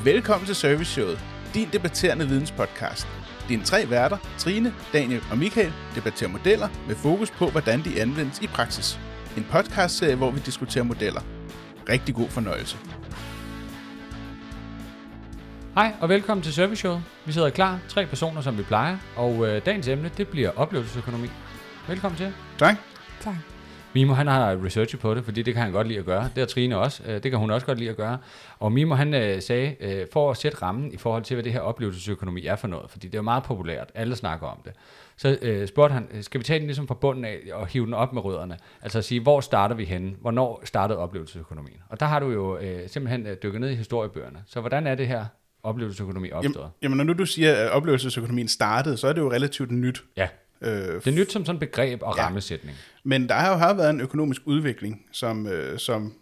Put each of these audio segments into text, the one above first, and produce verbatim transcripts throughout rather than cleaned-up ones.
Velkommen til Serviceshowet, din debatterende videnspodcast. Dine tre værter, Trine, Daniel og Michael, debatterer modeller med fokus på, hvordan de anvendes i praksis. En podcastserie, hvor vi diskuterer modeller. Rigtig god fornøjelse. Hej og velkommen til Serviceshowet. Vi sidder klar, tre personer som vi plejer, og øh, dagens emne, det bliver oplevelsesøkonomi. Velkommen til. Tak. Tak. Mimo, han har researchet på det, fordi det kan han godt lide at gøre. Det har Trine også. Det kan hun også godt lide at gøre. Og Mimo, han øh, sagde, øh, for at sætte rammen i forhold til, hvad det her oplevelsesøkonomi er for noget, fordi det er jo meget populært. Alle snakker om det. Så øh, spurgte han, skal vi tage den ligesom fra bunden af og hive den op med rødderne? Altså at sige, hvor starter vi henne? Hvornår startede oplevelsesøkonomien? Og der har du jo øh, simpelthen øh, dykket ned i historiebøgerne. Så hvordan er det her oplevelsesøkonomi opstået? Jamen, jamen, når nu du siger, at oplevelsesøkonomien startede, så er det jo relativt nyt. Ja. Det er nyt som sådan begreb og ja. rammesætning. Men der har jo har været en økonomisk udvikling, som, øh, som,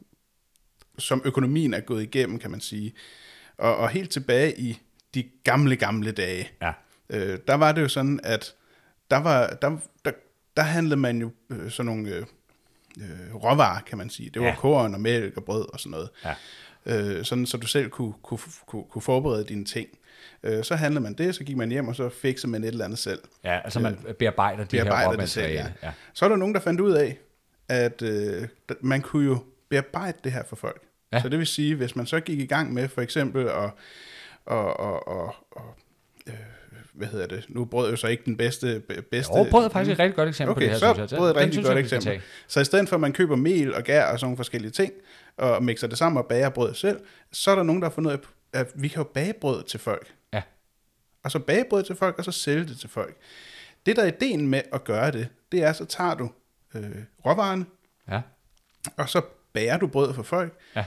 som økonomien er gået igennem, kan man sige. Og, og helt tilbage i de gamle, gamle dage, ja. øh, der var det jo sådan, at der, var, der, der, der handlede man jo øh, sådan nogle øh, øh, råvarer, kan man sige. Det var ja. korn og mælk og brød og sådan noget. Ja. Øh, sådan, så du selv kunne, kunne, kunne, kunne forberede dine ting. Så handlede man det, så gik man hjem, og så fiksede man et eller andet selv. Ja, altså man bearbejder de bearbejder her råmaterialer. Ja. Ja. Så er der nogen, der fandt ud af, at øh, man kunne jo bearbejde det her for folk. Ja. Så det vil sige, hvis man så gik i gang med for eksempel at, og, og, og, og øh, hvad hedder det, nu brød jo så ikke den bedste... bedste jo, brød er faktisk et rigtig godt eksempel okay, på det her, så synes jeg. brød er et rigtig godt eksempel. Så i stedet for, at man køber mel og gær og sådan nogle forskellige ting, og mixer det sammen og bager brød selv, så er der nogen, der har fundet ud af, at vi kan jo bage brød til folk. Ja. Og så bage brød til folk, og så sælge det til folk. Det, der er ideen med at gøre det, det er, så tager du øh, råvarerne, ja. og så bager du brød for folk, ja.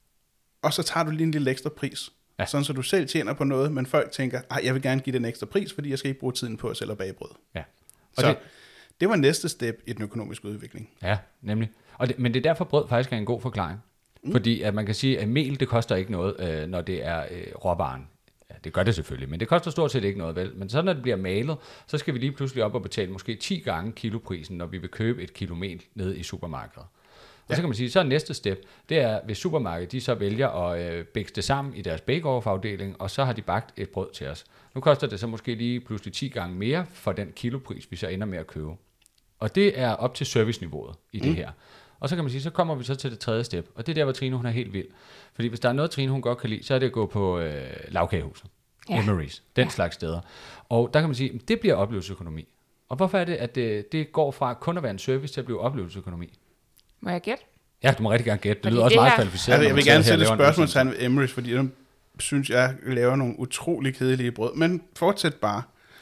og så tager du lige en lille ekstra pris. Ja. Sådan, så du selv tjener på noget, men folk tænker, at jeg vil gerne give den ekstra pris, fordi jeg skal ikke bruge tiden på at sælge og bage brød. Ja. Og så det, det var næste step i den økonomiske udvikling. Ja, nemlig. Og det, men det er derfor, brød faktisk er en god forklaring. Mm. Fordi at man kan sige, at mel, det koster ikke noget, øh, når det er øh, råvaren. Ja, det gør det selvfølgelig, men det koster stort set ikke noget, vel? Men så når det bliver malet, så skal vi lige pludselig op og betale måske ti gange kiloprisen, når vi vil købe et kilo mel nede i supermarkedet. Og ja. Så kan man sige, så er næste step, det er, hvis supermarkedet de så vælger at øh, bækse det sammen i deres bake-off-afdeling, og så har de bagt et brød til os. Nu koster det så måske lige pludselig ti gange mere for den kilopris, vi så ender med at købe. Og det er op til serviceniveauet i det mm. her. Og så kan man sige, så kommer vi så til det tredje step, og det er der, hvor Trine hun er helt vild. Fordi hvis der er noget, Trine hun godt kan lide, så er det at gå på øh, lavkagehuset, ja. Emery's, den ja. slags steder. Og der kan man sige, det bliver oplevelsesøkonomi. Og hvorfor er det, at det, det går fra kun at være en service til at blive oplevelsesøkonomi? Må jeg gætte? Ja, du må rigtig gerne gætte. Det fordi lyder også det meget her... kvalificeret. Altså, jeg vil gerne sætte et spørgsmålstegn ved Emery's, fordi de synes, jeg laver nogle utrolig kedelige brød. Men fortsæt bare.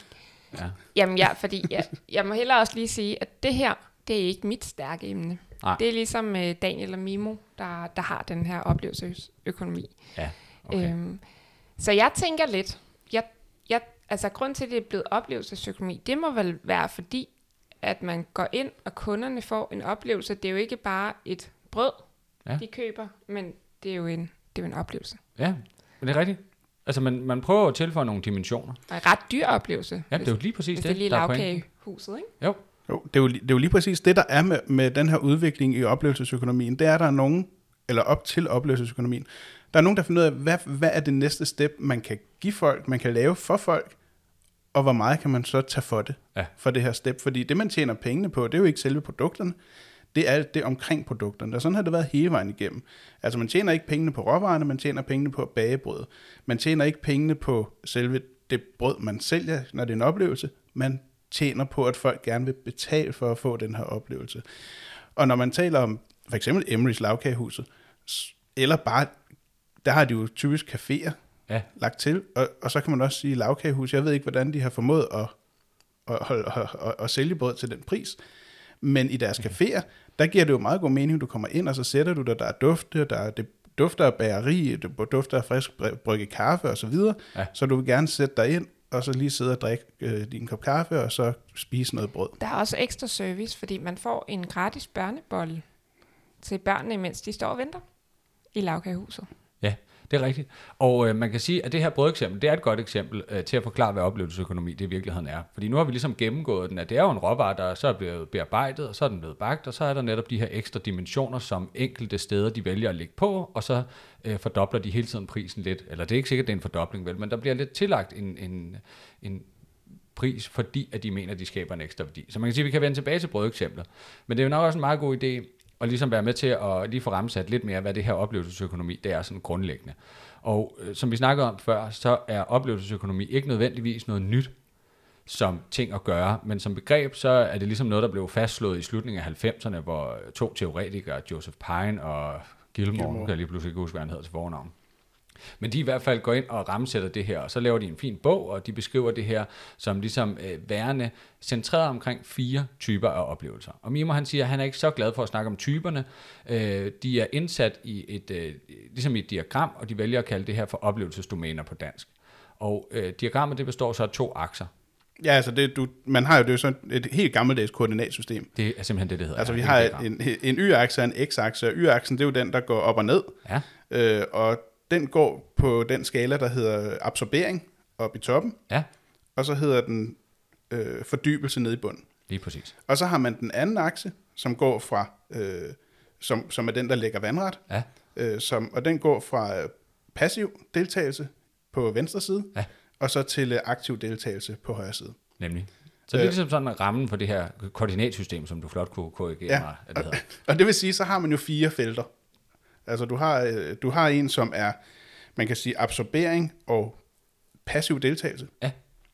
Ja. Jamen ja, fordi jeg, jeg må hellere også lige sige, at det her, det er ikke mit stærke emne. Nej. Det er ligesom uh, Daniel og Mimo, der, der har den her oplevelsesøkonomi. Ja, okay. Øhm, så jeg tænker lidt, jeg, jeg, altså grund til, at det er blevet oplevelsesøkonomi, det må vel være fordi, at man går ind, og kunderne får en oplevelse. Det er jo ikke bare et brød, ja. de køber, men det er jo en, det er jo en oplevelse. Ja, men det er rigtigt. Altså man, man prøver at tilføje nogle dimensioner. Og en ret dyr oplevelse. Ja, det er jo lige præcis hvis det, det er lige lavkagehuset, ikke? Jo. Jo, det er jo, det er jo lige præcis det, der er med, med den her udvikling i oplevelsesøkonomien. Det er, der er nogen, eller op til oplevelsesøkonomien, der er nogen, der finder ud af, hvad, hvad er det næste step, man kan give folk, man kan lave for folk, og hvor meget kan man så tage for det, ja. for det her step. Fordi det, man tjener pengene på, det er jo ikke selve produkterne, det er alt det omkring produkterne. Og sådan har det været hele vejen igennem. Altså man tjener ikke pengene på råvarerne, man tjener pengene på at bage brød. Man tjener ikke pengene på selve det brød, man sælger, når det er en oplevelse. Man tjener på, at folk gerne vil betale for at få den her oplevelse. Og når man taler om for eksempel Emery's lavkagehuset, eller bare, der har de jo typisk caféer ja. lagt til, og, og så kan man også sige lavkagehus. Jeg ved ikke, hvordan de har formået at, at, at, at, at, at sælge brød til den pris, men i deres caféer, der giver det jo meget god mening, du kommer ind, og så sætter du dig, der er dufte, der er det dufter af bageri, det dufter af frisk brygget kaffe og så videre, ja. Så du vil gerne sætte dig ind, og så lige sidde og drikke øh, din kop kaffe, og så spise noget brød. Der er også ekstra service, fordi man får en gratis børnebolle til børnene, mens de står og venter i lavkagehuset. Ja, Det er rigtigt. Og øh, man kan sige, at det her brødeksempel, det er et godt eksempel øh, til at forklare, hvad oplevelsesøkonomi det i virkeligheden er. Fordi nu har vi ligesom gennemgået den, at det er jo en råvare, der så er blevet bearbejdet, og så er den blevet bagt, og så er der netop de her ekstra dimensioner, som enkelte steder de vælger at lægge på, og så øh, fordobler de hele tiden prisen lidt. Eller det er ikke sikkert, det er en fordobling, vel, men der bliver lidt tillagt en, en, en pris, fordi at de mener, at de skaber en ekstra værdi. Så man kan sige, at vi kan vende tilbage til brødeksemplet. Men det er jo nok også en meget god idé, og ligesom være med til at lige få ramsat lidt mere, hvad det her oplevelsesøkonomi, det er sådan grundlæggende. Og øh, som vi snakkede om før, så er oplevelsesøkonomi ikke nødvendigvis noget nyt som ting at gøre, men som begreb, så er det ligesom noget, der blev fastslået i slutningen af halvfemserne, hvor to teoretikere, Joseph Pine og Gilmore, Gilmore. kan jeg lige pludselig ikke huske, hvad han hedder til fornavn. Men de i hvert fald går ind og ramsætter det her, og så laver de en fin bog, og de beskriver det her som ligesom øh, værende centreret omkring fire typer af oplevelser. Og Mimo, han siger, at han er ikke så glad for at snakke om typerne. Øh, de er indsat i et, øh, ligesom i et diagram, og de vælger at kalde det her for oplevelsesdomæner på dansk. Og øh, diagrammet, det består så af to akser. Ja, altså det, du, man har jo det er sådan et helt gammeldags koordinatsystem. Det er simpelthen det, det hedder. Altså vi har en, en y-akse og en x-akse, og y-aksen det er jo den, der går op og ned. Ja. Øh, og den går på den skala, der hedder absorbering op i toppen. Ja. Og så hedder den øh, fordybelse nede i bunden. Lige præcis. Og så har man den anden akse, som går fra, øh, som, som er den, der lægger vandret. Ja. Øh, som, og den går fra øh, passiv deltagelse på venstre side, Ja. og så til øh, aktiv deltagelse på højre side. Nemlig. Så det er ligesom sådan en rammen for det her koordinatsystem, som du flot kunne korrigere Ja. mig, at det hedder. Og det vil sige, så har man jo fire felter. Altså du har, øh, du har en, som er, man kan sige, absorbering og passiv deltagelse. Ja.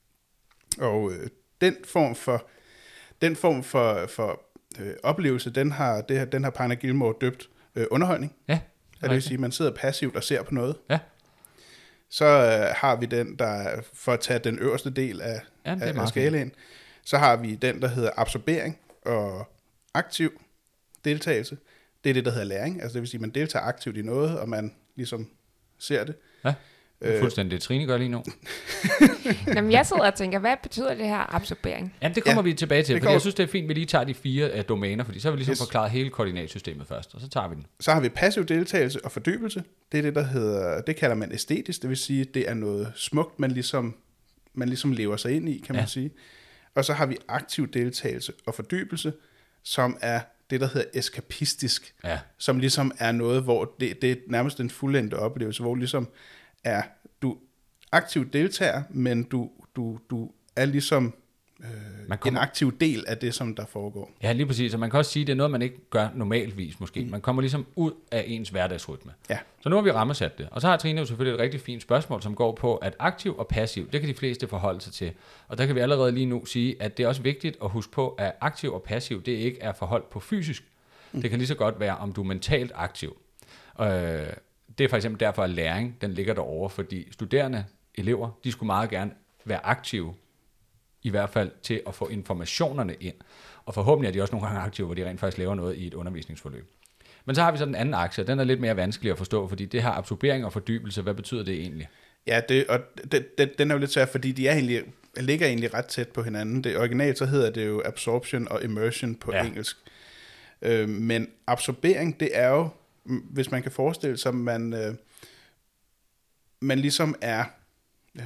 Og øh, den form for, den form for, for øh, oplevelse, den har, det her, den har Pine og Gilmore døbt øh, underholdning. Ja. Det vil sige, at man sidder passivt og ser på noget. Ja. Så øh, har vi den, der for at tage den øverste del af, Ja, det er af, af meget skalaen, så har vi den, der hedder absorbering og aktiv deltagelse. Det er det, der hedder læring. Altså det vil sige, at man deltager aktivt i noget, og man ligesom ser det. Ja. Det er fuldstændig det, Trine gør lige nu. Jamen, jeg sidder og tænker, hvad betyder det her absorbering? Jamen, det kommer Ja, vi tilbage til, det fordi kommer- jeg synes, det er fint, at vi lige tager de fire uh, domæner, fordi så har vi ligesom Yes. forklaret hele koordinatsystemet først, og så tager vi den. Så har vi passiv deltagelse og fordybelse. Det er det, der hedder, det kalder man æstetisk. Det vil sige, at det er noget smukt, man ligesom, man ligesom lever sig ind i, kan man Ja. sige. Og så har vi aktiv deltagelse og fordybelse, som er det, der hedder eskapistisk. Ja. Som ligesom er noget, hvor det, det er nærmest en fuldendte oplevelse, hvor ligesom er, du aktivt deltager, men du, du, du er ligesom øh, Man kommer- en aktiv del af det, som der foregår. Ja, lige præcis. Og man kan også sige, at det er noget, man ikke gør normalvis måske. Man kommer ligesom ud af ens hverdagsrytme. Ja. Så nu har vi rammesat det. Og så har Trine jo selvfølgelig et rigtig fint spørgsmål, som går på, at aktiv og passiv, det kan de fleste forholde sig til. Og der kan vi allerede lige nu sige, at det er også vigtigt at huske på, at aktiv og passiv, det ikke er forholdt på fysisk. Det kan lige så godt være, om du er mentalt aktiv. Øh, det er for eksempel derfor, at læring, den ligger derovre, fordi studerende, elever, de skulle meget gerne være aktive, i hvert fald til at få informationerne ind. Og forhåbentlig er de også nogle gange aktive, hvor de rent faktisk laver noget i et undervisningsforløb. Men så har vi så den anden akse, og den er lidt mere vanskelig at forstå, fordi det har absorbering og fordybelse. Hvad betyder det egentlig? Ja, det, og det, det, den er jo lidt svær, fordi de er egentlig, ligger egentlig ret tæt på hinanden. Det originalt så hedder det jo absorption og immersion på Ja. ja. engelsk. Øh, men absorbering, det er jo, mm, hvis man kan forestille sig, man, øh, man ligesom er, øh,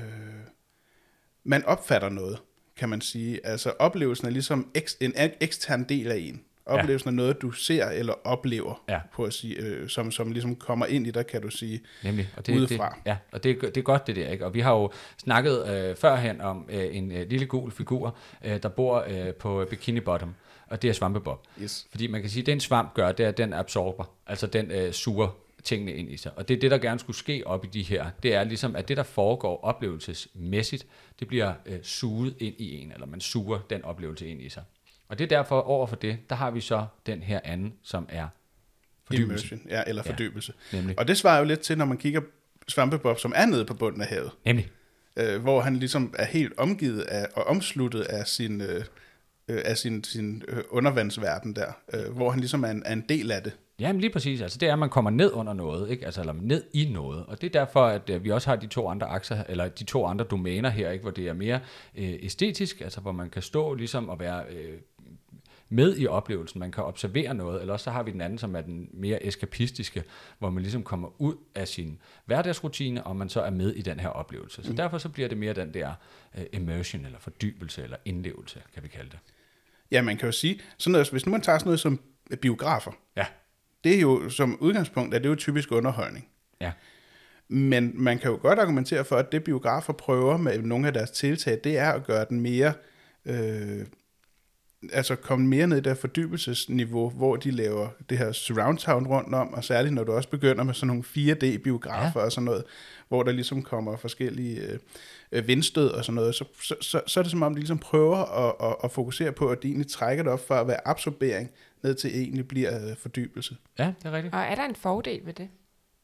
man opfatter noget, kan man sige. Altså oplevelsen er ligesom eks, en ek- ekstern del af en. Oplevelsen ja. er noget, du ser eller oplever, Ja. på at sige, øh, som, som ligesom kommer ind i dig, kan du sige. Nemlig. Og det, Udefra. Det, ja, og det, det er godt det der, ikke? Og vi har jo snakket øh, førhen om øh, en øh, lille gul figur, øh, der bor øh, på Bikini Bottom, og det er Svampebob. Yes. Fordi man kan sige, at det en svamp gør, det er, at den absorber, altså den øh, suger tingene ind i sig. Og det er det, der gerne skulle ske op i de her. Det er ligesom, at det, der foregår oplevelsesmæssigt, det bliver øh, suget ind i en, eller man suger den oplevelse ind i sig. Og det er derfor, over for det, der har vi så den her anden, som er fordybelse. Immersion, ja, eller Ja. fordybelse. Nemlig. Og det svarer jo lidt til, når man kigger Svampebob, som er nede på bunden af havet, Nemlig. øh, hvor han ligesom er helt omgivet af, og omsluttet af sin, øh, øh, af sin, sin øh, undervandsverden der, øh, hvor han ligesom er en, er en del af det. Jamen lige præcis, altså det er, at man kommer ned under noget, ikke? Altså, eller ned i noget, og det er derfor, at øh, vi også har de to andre akser, eller de to andre domæner her, ikke? Hvor det er mere øh, æstetisk, altså hvor man kan stå ligesom og være øh, med i oplevelsen. Man kan observere noget, eller også så har vi den anden, som er den mere eskapistiske, hvor man ligesom kommer ud af sin hverdagsrutine, og man så er med i den her oplevelse. Så mm. derfor så bliver det mere den der uh, immersion, eller fordybelse, eller indlevelse, kan vi kalde det. Ja, man kan jo sige, sådan noget, hvis nu man tager sådan noget som biografer, ja. det er jo som udgangspunkt, at det er jo typisk underholdning. Ja. Men man kan jo godt argumentere for, at det biografer prøver med nogle af deres tiltag, det er at gøre den mere, øh, altså komme mere ned i det fordybelsesniveau, hvor de laver det her surround sound rundt om, og særligt når du også begynder med sådan nogle fire D-biografer ja. og sådan noget, hvor der ligesom kommer forskellige øh, vindstød og sådan noget, så, så, så, så er det som om, de ligesom prøver at, at, at fokusere på, at de egentlig trækker det op for at være absorbering, ned til egentlig bliver øh, fordybelse. Ja, det er rigtigt. Og er der en fordel ved det?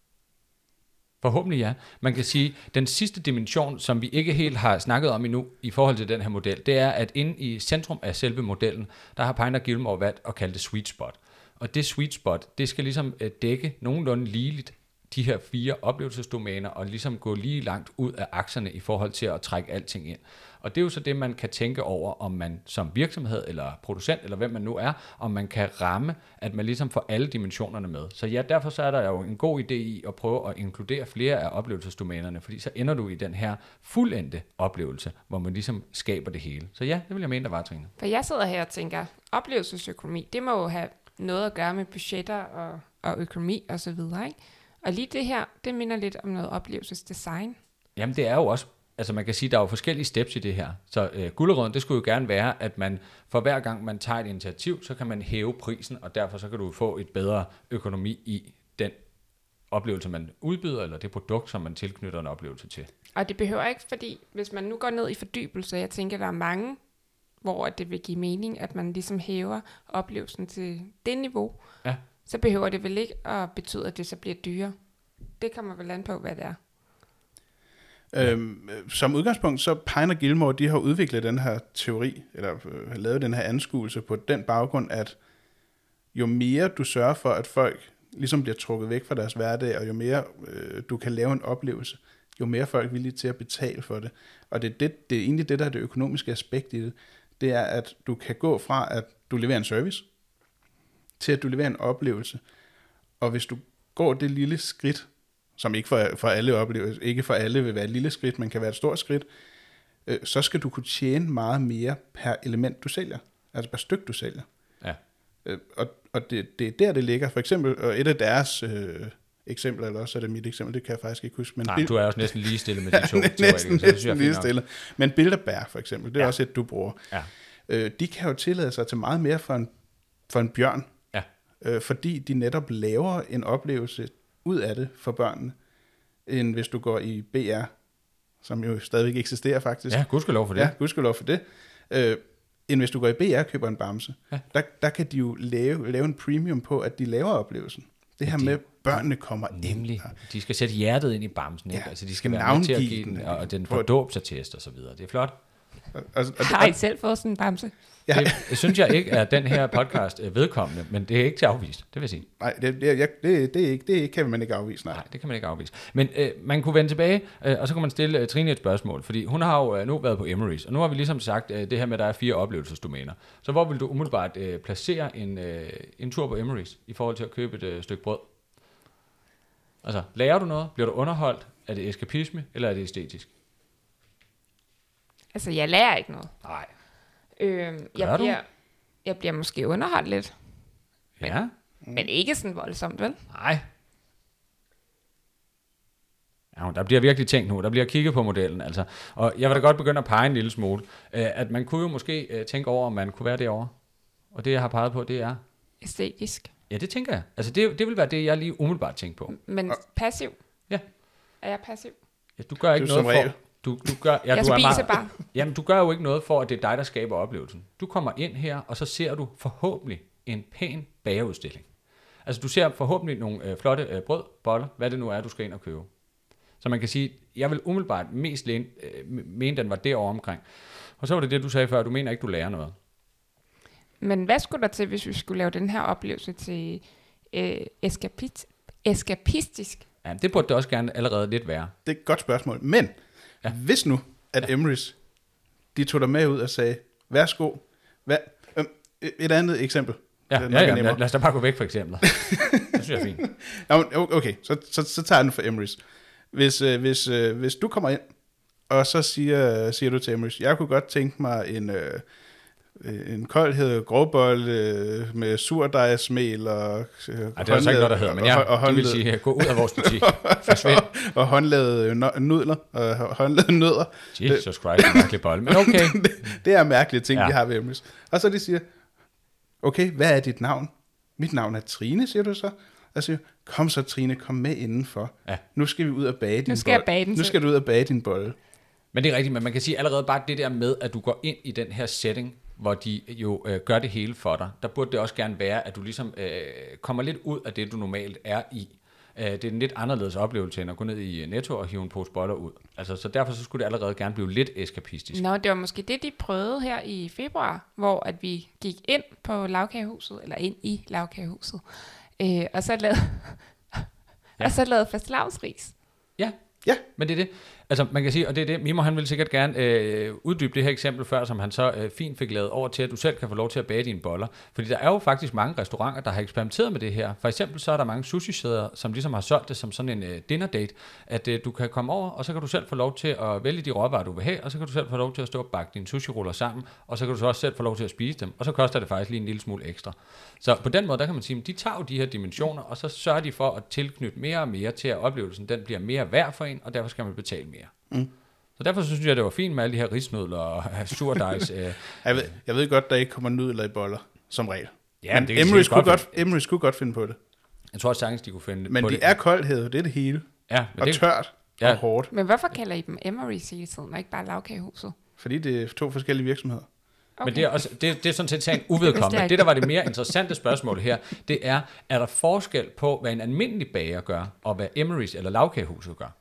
Forhåbentlig ja. Man kan sige, at den sidste dimension, som vi ikke helt har snakket om endnu i forhold til den her model, det er, at inde i centrum af selve modellen, der har Pine og Gilmore valgt at kalde det sweet spot. Og det sweet spot, det skal ligesom dække nogenlunde ligeligt de her fire oplevelsesdomæner, og ligesom gå lige langt ud af akserne i forhold til at trække alting ind. Og det er jo så det, man kan tænke over, om man som virksomhed eller producent, eller hvem man nu er, om man kan ramme, at man ligesom får alle dimensionerne med. Så ja, derfor så er der jo en god idé i at prøve at inkludere flere af oplevelsesdomænerne, fordi så ender du i den her fuldendte oplevelse, hvor man ligesom skaber det hele. Så ja, det vil jeg mene, der var, Trine. For jeg sidder her og tænker, oplevelsesøkonomi, det må jo have noget at gøre med budgetter og, og økonomi og så videre, ikke? Og lige det her, det minder lidt om noget oplevelsesdesign. Jamen det er jo også, altså man kan sige, der er jo forskellige steps i det her. Så øh, gulerøden, det skulle jo gerne være, at man for hver gang man tager et initiativ, så kan man hæve prisen, og derfor så kan du få et bedre økonomi i den oplevelse, man udbyder, eller det produkt, som man tilknytter en oplevelse til. Og det behøver ikke, fordi hvis man nu går ned i fordybelse, jeg tænker, der er mange, hvor det vil give mening, at man ligesom hæver oplevelsen til det niveau, ja. Så behøver det vel ikke at betyde, at det så bliver dyrere. Det kommer vel an på, hvad det er. Øhm, som udgangspunkt, så Pine og Gilmore, de har udviklet den her teori, eller øh, lavet den her anskuelse på den baggrund, at jo mere du sørger for, at folk ligesom bliver trukket væk fra deres hverdag, og jo mere øh, du kan lave en oplevelse, jo mere folk er villige til at betale for det. Og det er, det, det er egentlig det, der er det økonomiske aspekt i det. Det er, at du kan gå fra, at du leverer en service, til at du leverer en oplevelse. Og hvis du går det lille skridt, som ikke for, for alle opleves, ikke for alle vil være et lille skridt, men kan være et stort skridt, øh, så skal du kunne tjene meget mere per element, du sælger. Altså per stykke, du sælger. Ja. Øh, og og det, det er der, det ligger. For eksempel, og et af deres øh, eksempler, eller også er det mit eksempel, det kan jeg faktisk ikke huske. Men Nej, bil- du er også næsten lige stillet med de to. ja, næsten, så næsten lige stillet. Men Bilderberg for eksempel, det er ja. også et, du bruger. Ja. Øh, de kan jo tillade sig til meget mere for en, for en bjørn, ja. øh, fordi de netop laver en oplevelse ud af det for børnene, end hvis du går i B R, som jo stadigvæk eksisterer faktisk. Ja, gudskelov for det. Ja, gudskelov for det. Øh, end hvis du går i B R og køber en bamse. Ja. Der, der kan de jo lave, lave en premium på, at de laver oplevelsen. Det her de, med, børnene kommer nemlig, ind. De skal sætte hjertet ind i bamsen, ikke? Ja, Altså, de skal være med til at give den, den, og den får dåbsattest og så videre. Det er flot. Og, og, og, Har I selv fået sådan en bamse? Ja. Det synes jeg ikke er den her podcast vedkommende, men det er ikke til afvist, det vil jeg sige. Nej, det, det, det, det, er ikke, det kan man ikke afvise, nej. Nej, det kan man ikke afvise. Men øh, man kunne vende tilbage, øh, og så kan man stille øh, Trine et spørgsmål, fordi hun har jo øh, nu været på Emery's, og nu har vi ligesom sagt øh, det her med, at der er fire oplevelsesdomæner. Så hvor vil du umiddelbart øh, placere en, øh, en tur på Emery's i forhold til at købe et øh, stykke brød? Altså, lærer du noget? Bliver du underholdt? Er det eskapisme, eller er det æstetisk? Altså, jeg lærer ikke noget. Nej. Øhm, jeg, Gør du? bliver, jeg bliver måske underholdt lidt, Ja. men ikke sådan voldsomt, vel? Nej. Ja, der bliver virkelig tænkt nu. Der bliver kigget på modellen. Altså. Og jeg vil da godt begynde at pege en lille smule. Øh, at man kunne jo måske øh, tænke over, om man kunne være derovre. Og det, jeg har peget på, det er... Æstetisk. Ja, det tænker jeg. Altså, det, det vil være det, jeg lige umiddelbart tænker på. Men passiv. Ja. Er jeg passiv? Ja, du gør ikke Det er noget som for... regel. Du, du gør, ja, Jeg du er spiser meget, bare. Jamen, du gør jo ikke noget for, at det er dig, der skaber oplevelsen. Du kommer ind her, og så ser du forhåbentlig en pæn bagerudstilling. Altså, du ser forhåbentlig nogle øh, flotte øh, brød, boller, hvad det nu er, du skal ind og købe. Så man kan sige, jeg vil umiddelbart mest læne, øh, mene, den var derovre omkring. Og så var det det, du sagde før, du mener ikke, du lærer noget. Men hvad skulle der til, hvis vi skulle lave den her oplevelse til øh, eskapit, eskapistisk? Ja, det burde det også gerne allerede lidt være. Det er et godt spørgsmål. Men Ja. ja. hvis nu, at ja. Emery's, de tog dig med ud og sagde, værsgo, hvad, øhm, et andet eksempel. Ja, Det er ja, nok ja nemmere. lad, lad os da bare gå væk for eksempler. Det synes jeg er fint. Nå, men okay, så, så, så tager jeg den for Emrys. Hvis, øh, hvis, øh, hvis du kommer ind, og så siger, siger du til Emrys, jeg kunne godt tænke mig en, øh, en koldhed grovbold øh, med surdejsmel og øh, Ej, det er altså ikke noget, der hedder, men ja, og, og det vil sige, gå ud af vores butik. Forsvind. og håndlavede no- nudler, og håndlavede nødder. Jesus Christ, det er mærkelig bold, men okay. det, det er mærkelige ting, Ja. ja. de har ved Emrys. Og så de siger, okay, hvad er dit navn? Mit navn er Trine, siger du så. Og siger, kom så Trine, kom med indenfor. Ja. Nu skal vi ud og bage din Nu skal jeg bolle. bage den Nu selv. skal du ud og bage din bolle. Men det er rigtigt, men man kan sige allerede bare det der med, at du går ind i den her setting, hvor de jo øh, gør det hele for dig. Der burde det også gerne være, at du ligesom øh, kommer lidt ud af det, du normalt er i. Øh, det er en lidt anderledes oplevelse, end at gå ned i Netto og hive en pose boller ud. Altså, så derfor så skulle det allerede gerne blive lidt eskapistisk. Nå, det var måske det, de prøvede her i februar, hvor at vi gik ind på lavkagehuset, eller ind i lavkagehuset, øh, og så lavede, Ja. og så lavede fastelavnsris. Ja, Ja, men det er det. Altså, man kan sige, og det er det, Mimo han vil sikkert gerne øh, uddybe det her eksempel før, som han så øh, fint fik lavet over til, at du selv kan få lov til at bage dine boller. Fordi der er jo faktisk mange restauranter, der har eksperimenteret med det her. For eksempel så er der mange sushi-sæder, som ligesom har solgt det som sådan en øh, dinner date, at øh, du kan komme over, og så kan du selv få lov til at vælge de råvarer, du vil have, og så kan du selv få lov til at stå og bakke dine sushi-ruller sammen, og så kan du så også selv få lov til at spise dem, og så koster det faktisk lige en lille smule ekstra. Så på den måde, der kan man sige, at de tager jo de her dimensioner, og så sørger de for at tilknytte mere og mere til, at oplevelsen den bliver mere værd for en, og derfor skal man betale mere. Mm. Så derfor så synes jeg, det var fint med alle de her risnudler og surdejs. øh. jeg ved, jeg ved godt, der ikke kommer nudler i boller, som regel. Ja, men det kan Emrys sikkert kunne, godt godt, Emrys kunne godt finde på det. Jeg tror også sagtens, de kunne finde Men på de det. er koldhævet, det er det hele. Ja, men Og det, tørt Ja. og hårdt. Men hvorfor kalder I dem Emery's hele tiden, og ikke bare lavkagehuset? Fordi det er to forskellige virksomheder. Okay. Men det er, også, det, det er sådan set sagen Det vidste uvedkommende. jeg Det, der var det mere interessante spørgsmål her, det er, er der forskel på, hvad en almindelig bager gør, og hvad Emery's eller lavkagehuset gør?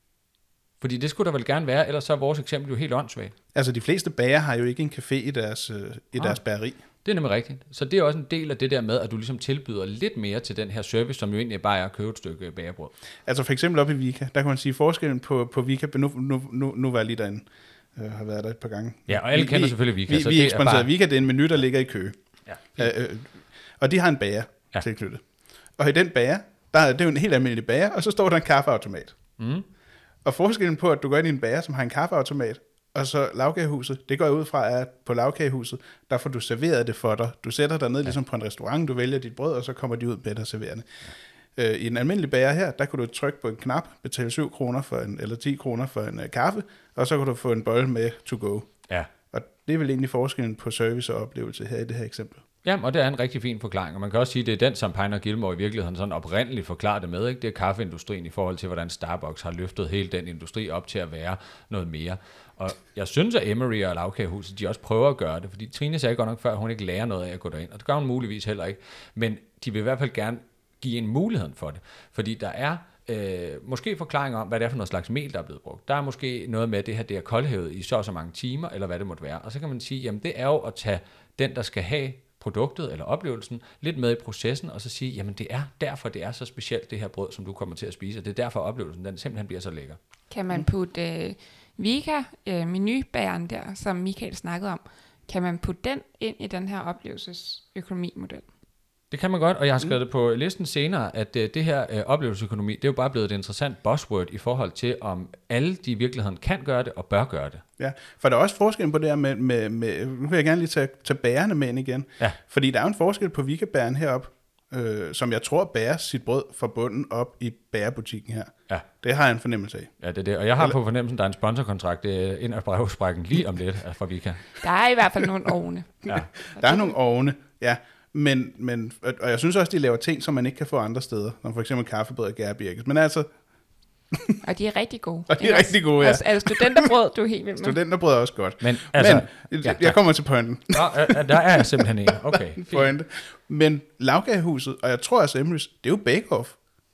Fordi det skulle der vel gerne være, ellers så er vores eksempel jo helt åndssvagt. Altså, de fleste bager har jo ikke en café i deres, øh, i Ah. deres bageri. Det er nemlig rigtigt. Så det er også en del af det der med, at du ligesom tilbyder lidt mere til den her service, som jo egentlig bare er at købe et stykke bagerbrød. Altså for eksempel op i Vika, der kan man sige forskellen på, på Vika, nu, nu, nu, nu var jeg lige derinde, øh, har været der et par gange. Ja, og alle Vi- kender vi- selvfølgelig Vika, Vi, så vi det er er sponsoreret bare- af Vika, det er en menu, der ligger i kø. Ja. Øh, øh, og de har en bager Ja. ja. tilknyttet. Og i den bager, der er, det er jo en helt almindelig bager, og så står der en kaffeautomat. Mm. Og forskellen på, at du går ind i en bager, som har en kaffeautomat, og så lavkagehuset, det går jeg ud fra, at på lavkagehuset, der får du serveret det for dig. Du sætter dig ned ja. ligesom på en restaurant, du vælger dit brød, og så kommer de ud med dig serverende. Ja. Øh, I en almindelig bager her, der kan du trykke på en knap, betale syv kroner for en, eller ti kroner for en uh, kaffe, og så kan du få en bolle med to go. Ja. Og det er vel egentlig forskellen på service og oplevelse her i det her eksempel. Ja, og det er en rigtig fin forklaring, og man kan også sige, at det er den, som Piner Gilmore i virkeligheden sådan oprindeligt forklarer det med, ikke? Det er kaffeindustrien i forhold til, hvordan Starbucks har løftet hele den industri op til at være noget mere. Og jeg synes, at Emery og Lavkagehuset, de også prøver at gøre det, fordi Trine sagde godt nok før, at hun ikke lærer noget af at gå derind, og det gør hun muligvis heller ikke, men de vil i hvert fald gerne give en mulighed for det, fordi der er Øh, måske forklaringer om, hvad det er for noget slags mel, der er blevet brugt. Der er måske noget med, at det her det er koldhævet i så og så mange timer, eller hvad det måtte være. Og så kan man sige, jamen det er jo at tage den, der skal have produktet eller oplevelsen, lidt med i processen, og så sige, jamen det er derfor, det er så specielt, det her brød, som du kommer til at spise, og det er derfor, oplevelsen den simpelthen bliver så lækker. Kan man putte øh, Vika, øh, menubæren der, som Michael snakkede om, kan man putte den ind i den her oplevelsesøkonomimodel? Det kan man godt, og jeg har skrevet det på listen senere, at øh, det her øh, oplevelsesøkonomi, det er jo bare blevet et interessant buzzword i forhold til, om alle de i virkeligheden kan gøre det og bør gøre det. Ja, for der er også forskel på det her med, med, med nu vil jeg gerne lige tage, tage bærerne med ind igen. Ja. Fordi der er jo en forskel på Vika-bæren heroppe, øh, som jeg tror bærer sit brød fra bunden op i bærebutikken her. Ja. Det har jeg en fornemmelse af. Ja, det er det. Og jeg har på fornemmelsen, der er en sponsorkontrakt øh, ind af brevsprækken lige om lidt øh, fra Vika. Der er i hvert fald nogle ovne. Ja. Der er nogle ovne, ja. Men, men, og jeg synes også, de laver ting, som man ikke kan få andre steder, som for eksempel kaffebrød og gærbirkes. Men altså, Og de er rigtig gode. Og de er rigtig gode, ja. Altså, er det studenterbrød, du er helt vild med? studenterbrød er også godt. Men, altså, Men ja, jeg kommer til pointen. Nå, øh, der er jeg simpelthen en. Okay, fint. Pointe. Men lavkagehuset, og jeg tror altså Emery's, det er jo bake-off.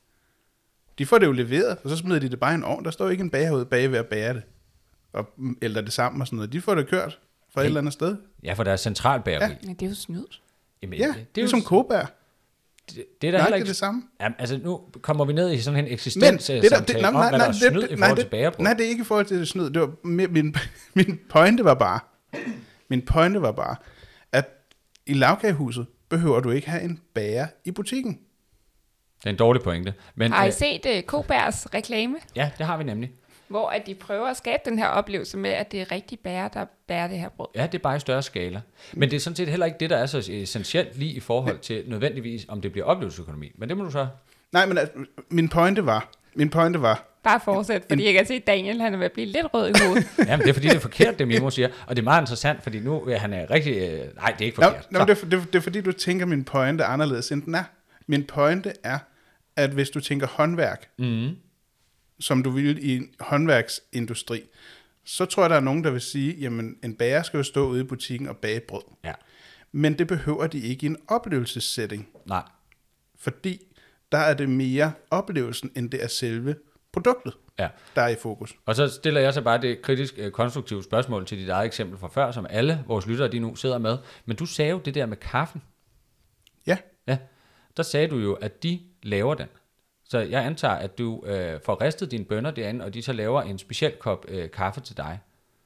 De får det jo leveret, og så smider de det bare i en ovn. Der står ikke en bager ude bage ved at bære det. Og ælder det sammen og sådan noget. De får det kørt fra et eller andet sted. Ja, for der er centralbageri. Ja, det er jo snydt. Jamen, Ja, det, det det er jo som kobær. Det, det er der Nej, heller det er ikke det samme. Jamen, altså nu kommer vi ned i sådan en Men eksistens det der, det, nej, om, nej, hvad nej, der er det, snyd det, i nej, forhold det, til bagerbrød. nej, det er ikke i forhold til det snyd. Det var mere, min, min pointe var bare, min pointe var bare, at I lavkagehuset behøver du ikke have en bager i butikken. Det er en dårlig pointe. Men, Har I øh, set uh, Kobærs reklame? Ja, det har vi nemlig. Hvor at de prøver at skabe den her oplevelse med, at det er rigtig bager, der bærer det her brød. Ja, det er bare i større skala. Men det er sådan set heller ikke det, der er så essentielt lige i forhold til nødvendigvis, om det bliver oplevelsesøkonomi. Men det må du så... Nej, men altså, min pointe var, min pointe var, Bare fortsæt, fordi en... jeg kan se, at Daniel han er ved at blive lidt rød i hovedet. Jamen, det er fordi, det er forkert, det Mimo siger. Og det er meget interessant, fordi nu er han er rigtig... Øh, nej, det er ikke forkert. Nå, nå, det, er, det, er, det er fordi, du tænker min pointe anderledes, end den er. Min pointe er, at hvis du tænker håndværk, mm. som du vil i en håndværksindustri, så tror jeg, der er nogen, der vil sige, jamen en bager skal jo stå ude i butikken og bage brød. Ja. Men det behøver de ikke i en oplevelsessetting. Nej. Fordi der er det mere oplevelsen, end det er selve produktet, ja. der er i fokus. Og så stiller jeg så bare det kritisk øh, konstruktive spørgsmål til dit eget eksempel fra før, som alle vores lyttere de nu sidder med. Men du sagde jo det der med kaffen. Ja. Ja. Der sagde du jo, at de laver den. Så jeg antager, at du øh, får ristet dine bønner derinde, og de så laver en speciel kop øh, kaffe til dig.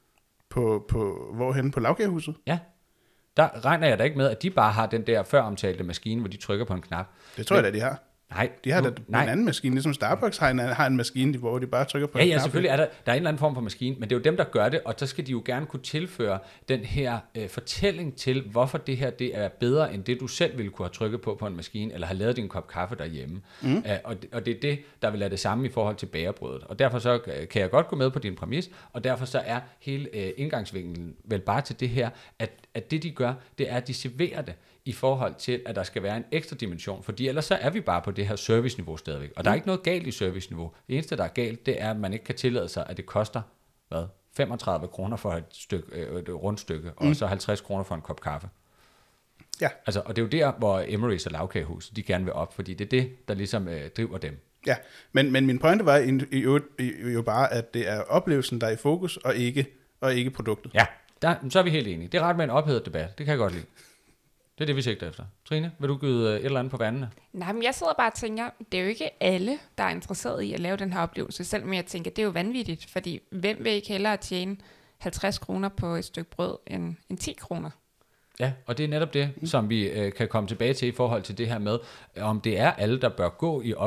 På, på, hvorhenne? På lavkagehuset? Ja. Der regner jeg da ikke med, at de bare har den der føromtalte maskine, hvor de trykker på en knap. Det tror Men, jeg da, de har. Nej. De har nu, da nej. en anden maskine, ligesom Starbucks har en, har en maskine, hvor de bare trykker på ja, en ja, knap. Ja, selvfølgelig er der, der er en eller anden form for maskine, men det er jo dem, der gør det, og så skal de jo gerne kunne tilføre den her øh, fortælling til, hvorfor det her det er bedre, end det du selv ville kunne have trykket på på en maskine, eller have lavet din kop kaffe derhjemme. Mm. Uh, og, det, og det er det, der vil lade det samme i forhold til bagerbrødet. Og derfor så kan jeg godt gå med på din præmis, og derfor så er hele øh, indgangsvinklen vel bare til det her, at, at det de gør, det er, at de serverer det i forhold til, at der skal være en ekstra dimension, fordi ellers så er vi bare på det her serviceniveau stadigvæk. Og der er ikke noget galt i serviceniveau. Det eneste, der er galt, det er, at man ikke kan tillade sig, at det koster, hvad, femogtredive kroner for et, stykke, et rundstykke, og mm. så halvtreds kroner for en kop kaffe. Ja. Altså, og det er jo der, hvor Emery's og Lavkagehus, de gerne vil op, fordi det er det, der ligesom øh, driver dem. Ja, men, men min pointe var i, i, i, jo bare, at det er oplevelsen, der er i fokus, og ikke, og ikke produktet. Ja, der, så er vi helt enige. Det er ret med en ophedet debat. Det kan jeg godt lide. Det er det, vi sigter efter. Trine, vil du gyde et eller andet på vandene? Nej, men jeg sidder bare og tænker, det er jo ikke alle, der er interesseret i at lave den her oplevelse, selvom jeg tænker, det er jo vanvittigt, fordi hvem vil ikke hellere tjene halvtreds kroner på et stykke brød end, end ti kroner? Ja, og det er netop det, som vi øh, kan komme tilbage til i forhold til det her med, om det er alle, der bør gå i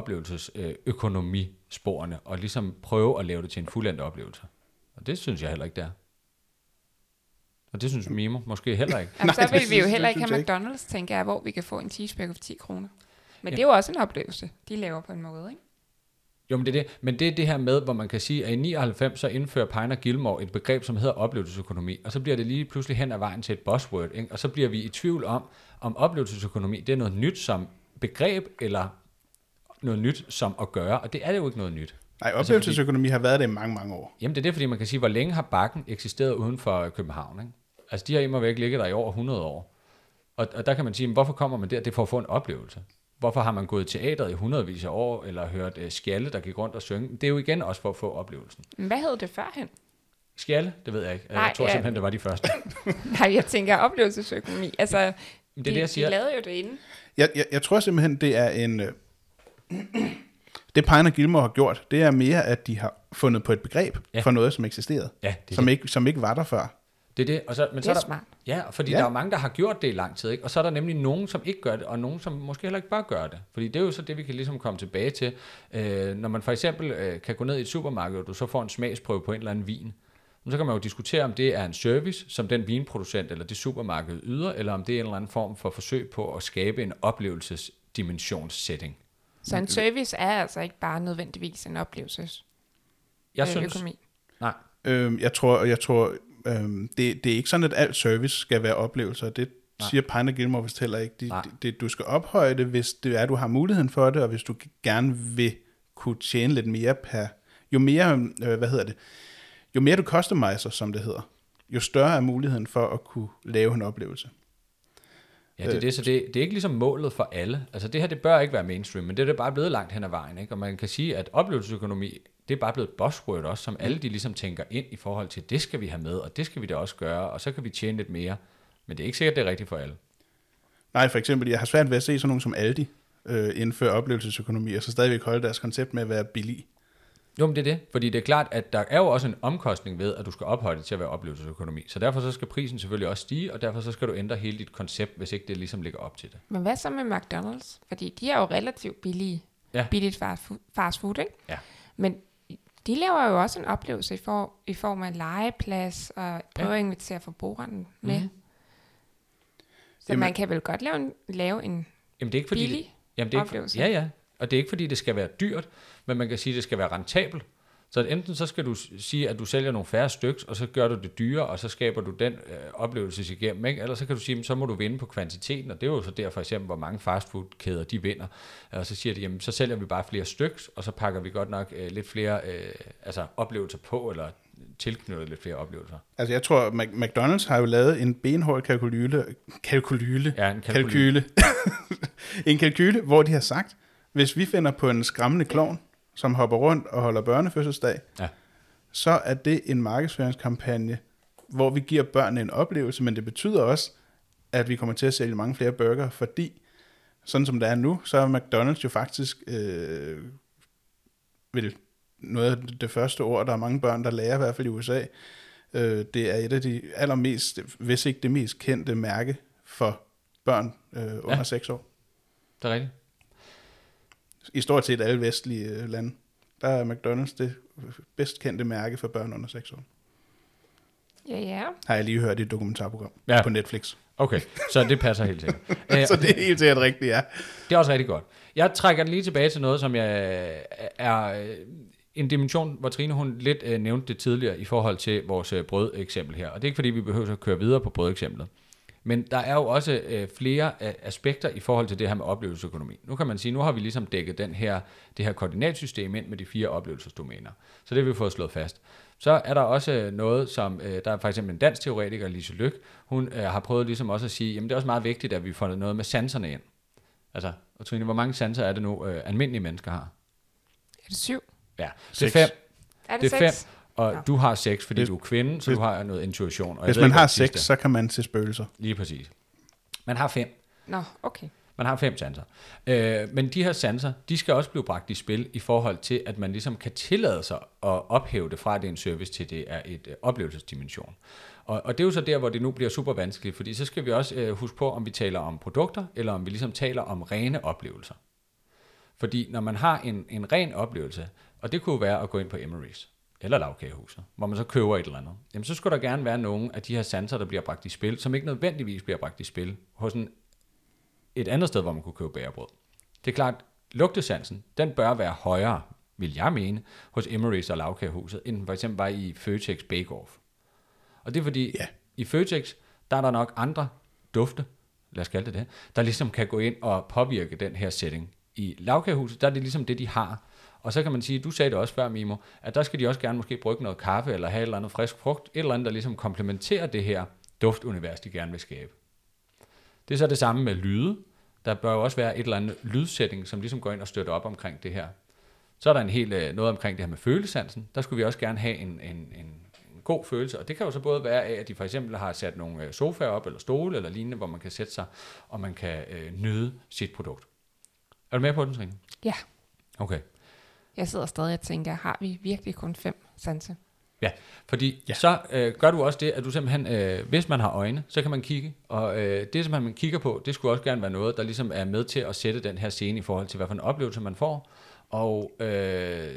oplevelsesøkonomisporene, og ligesom prøve at lave det til en fuldendt oplevelse. Og det synes jeg heller ikke, det er. Og det synes Mimo måske heller ikke. Jamen, så Nej, vil vi jo synes, heller ikke have ikke. McDonald's, tænker jeg, hvor vi kan få en cheeseburger for ti kroner. Men ja. Det er jo også en oplevelse, de laver på en måde, ikke? Jo, men det er det. Men det er det her med, hvor man kan sige, at i nioghalvfems så indfører Piner Gilmore et begreb, som hedder oplevelsesøkonomi, og så bliver det lige pludselig hen ad vejen til et buzzword, ikke? Og så bliver vi i tvivl om, om oplevelsesøkonomi, det er noget nyt som begreb, eller noget nyt som at gøre, og det er det jo ikke noget nyt. Nej, oplevelsesøkonomi altså, har været det i mange, mange år. Jamen det er det, fordi man kan sige, hvor længe har Bakken eksisteret uden for København, ikke? Altså de har immer væk ligget der i over hundrede år. Og, og der kan man sige, hvorfor kommer man der? Det er for at få en oplevelse. Hvorfor har man gået i teateret i hundredvis af år, eller hørt uh, Skjalle, der gik rundt og synge? Det er jo igen også for at få oplevelsen. Hvad hed det førhen? Skjalle? Det ved jeg ikke. Nej, jeg tror ja. simpelthen, det var de første. Nej, jeg tænker oplevelsesøkonomi. Altså, det er de, det, jeg siger. de lavede jo det inden. Jeg, jeg, jeg tror simpelthen, det er en... Øh, det Piner Gilmore har gjort, det er mere, at de har fundet på et begreb ja. for noget, som eksisterede. Ja, det som, det. Ikke, som ikke var der før. Det er det. Og så, men det så er er der, smart. Ja, fordi ja. der er mange, der har gjort det i lang tid, ikke? Og så er der nemlig nogen, som ikke gør det, og nogen, som måske heller ikke bare gør det. Fordi det er jo så det, vi kan ligesom komme tilbage til. Øh, når man for eksempel øh, kan gå ned i et supermarked, og du så får en smagsprøve på en eller anden vin, så kan man jo diskutere, om det er en service, som den vinproducent eller det supermarked yder, eller om det er en eller anden form for forsøg på at skabe en oplevelsesdimensionssetting. Så en service er altså ikke bare nødvendigvis en oplevelsesøkonomi? Jeg synes... Nej. Øhm, jeg tror, jeg tror øhm, det, det er ikke sådan, at alt service skal være oplevelser. Det Nej. siger Piner Gilmore vist heller ikke. Det, det, du skal ophøje det, hvis det er, du har muligheden for det, og hvis du gerne vil kunne tjene lidt mere per... Jo mere, øh, hvad hedder det? Jo mere du customiser, som det hedder, jo større er muligheden for at kunne lave en oplevelse. Ja, det er det, så det, det er ikke ligesom målet for alle. Altså det her, det bør ikke være mainstream, men det er det bare blevet langt hen ad vejen, ikke? Og man kan sige, at oplevelsesøkonomi, det er bare blevet et buzzword også, som alle de ligesom tænker ind i forhold til, det skal vi have med, og det skal vi da også gøre, og så kan vi tjene lidt mere. Men det er ikke sikkert, det er rigtigt for alle. Nej, for eksempel, jeg har svært ved at se sådan nogen som Aldi øh, indføre oplevelsesøkonomi, og så stadigvæk holde deres koncept med at være billig. Jo, men det er det. Fordi det er klart, at der er jo også en omkostning ved, at du skal ophøje det til at være oplevelsesøkonomi. Så derfor så skal prisen selvfølgelig også stige, og derfor så skal du ændre hele dit koncept, hvis ikke det ligesom ligger op til det. Men hvad så med McDonald's? Fordi de er jo relativt billige, Ja. billigt fast food, fast food, ikke? Ja. Men de laver jo også en oplevelse i, for, i form af legeplads, og prøver ja. at invitere forbrugeren med. Mm-hmm. Så Jamen, man kan vel godt lave en, lave en Jamen det er ikke fordi billig det, jamen, det er ikke, oplevelse. ja, ja. Og det er ikke fordi det skal være dyrt, men man kan sige, at det skal være rentabelt. Så at enten så skal du sige, at du sælger nogle færre stykker, og så gør du det dyre, og så skaber du den øh, oplevelse igennem, ikke? Eller så kan du sige, så må du vinde på kvantiteten, og det er jo så der for eksempel, hvor mange fastfoodkæder de vinder. Og så siger de, jamen så sælger vi bare flere stykker, og så pakker vi godt nok øh, lidt flere øh, altså oplevelser på, eller tilknyttet lidt flere oplevelser. Altså jeg tror, McDonald's har jo lavet en benhård kalkylyle, kalkylyle, Ja, en kalkyle, en kalkyle, hvor de har sagt, hvis vi finder på en skræmmende klovn, som hopper rundt og holder børnefødselsdag, ja. så er det en markedsføringskampagne, hvor vi giver børnene en oplevelse, men det betyder også, at vi kommer til at sælge mange flere burger, fordi sådan som det er nu, så er McDonald's jo faktisk øh, vel, noget af det første ord, der er mange børn, der lærer, i hvert fald i U S A. Øh, det er et af de allermest, hvis ikke det mest kendte mærke for børn øh, under ja. seks år. Det er rigtigt. I stort set alle vestlige øh, lande, der er McDonald's det bedst kendte mærke for børn under seks år. Ja, ja. Har jeg lige hørt i et dokumentarprogram Ja. på Netflix. Okay, så det passer helt sikkert. Æ, Så det er helt sikkert rigtigt, ja. Det er også rigtig godt. Jeg trækker den lige tilbage til noget, som jeg er en dimension, hvor Trine hun lidt øh, nævnte det tidligere i forhold til vores øh, brødeksempel her. Og det er ikke fordi, vi behøver at køre videre på brødeksemplet. Men der er jo også øh, flere øh, aspekter i forhold til det her med oplevelsesøkonomi. Nu kan man sige, nu har vi ligesom dækket den her, det her koordinatsystem ind med de fire oplevelsesdomæner. Så det har vi fået slået fast. Så er der også noget, som, øh, der er for eksempel en dansk teoretiker, Lise Lyk, hun øh, har prøvet ligesom også at sige, jamen det er også meget vigtigt, at vi får noget med sanserne ind. Altså, og Trine, hvor mange sanser er det nu, øh, almindelige mennesker har? Er det syv? Ja, det Seks. er fem. Er det, Det er seks? fem, og Nå. du har seks, fordi Hvis- du er kvinde, så hvis- du har noget intuition. Og jeg Hvis ved man ikke, har hvad det sidste seks, er. så kan man se spøgelser. Lige præcis. Man har fem. Nå, okay. Man har fem sanser. Øh, men de her sanser, de skal også blive bragt i spil i forhold til, at man ligesom kan tillade sig at ophæve det fra, at det er en service, til det er et øh, oplevelsesdimension. Og, og det er jo så der, hvor det nu bliver super vanskeligt, fordi så skal vi også øh, huske på, om vi taler om produkter, eller om vi ligesom taler om rene oplevelser. Fordi når man har en, en ren oplevelse, og det kunne jo være at gå ind på Emery's, eller Lagkagehuset, hvor man så køber et eller andet, jamen så skulle der gerne være nogle af de her sanser, der bliver bragt i spil, som ikke nødvendigvis bliver bragt i spil hos en, et andet sted, hvor man kunne købe bagerbrød. Det er klart, lugtesansen, den bør være højere, vil jeg mene, hos Emery's og Lagkagehuset, end den for eksempel var i Føtex Bake Off. Og det er fordi, Ja. i Føtex, der er der nok andre dufte, lad os kalde det det, der ligesom kan gå ind og påvirke den her setting. I Lagkagehuset, der er det ligesom det, de har. Og så kan man sige, du sagde det også før, Mimo, at der skal de også gerne måske brygge noget kaffe, eller have et eller andet frisk frugt, et eller andet, der ligesom komplementerer det her duftunivers, de gerne vil skabe. Det er så det samme med lyde. Der bør jo også være et eller andet lydsætning, som ligesom går ind og støtter op omkring det her. Så er der en hel, øh, noget omkring det her med følesansen. Der skulle vi også gerne have en, en, en, en god følelse, og det kan jo så både være af, at de for eksempel har sat nogle øh, sofaer op, eller stole, eller lignende, hvor man kan sætte sig, og man kan øh, nyde sit produkt. Er du med på den, Trine? Ja. Okay. Jeg sidder stadig og tænker, har vi virkelig kun fem sanser? Ja, fordi ja. Ja. så øh, gør du også det, at du simpelthen, øh, hvis man har øjne, så kan man kigge, og øh, det, som man kigger på, det skulle også gerne være noget, der ligesom er med til at sætte den her scene i forhold til, hvad for en oplevelse man får, og øh,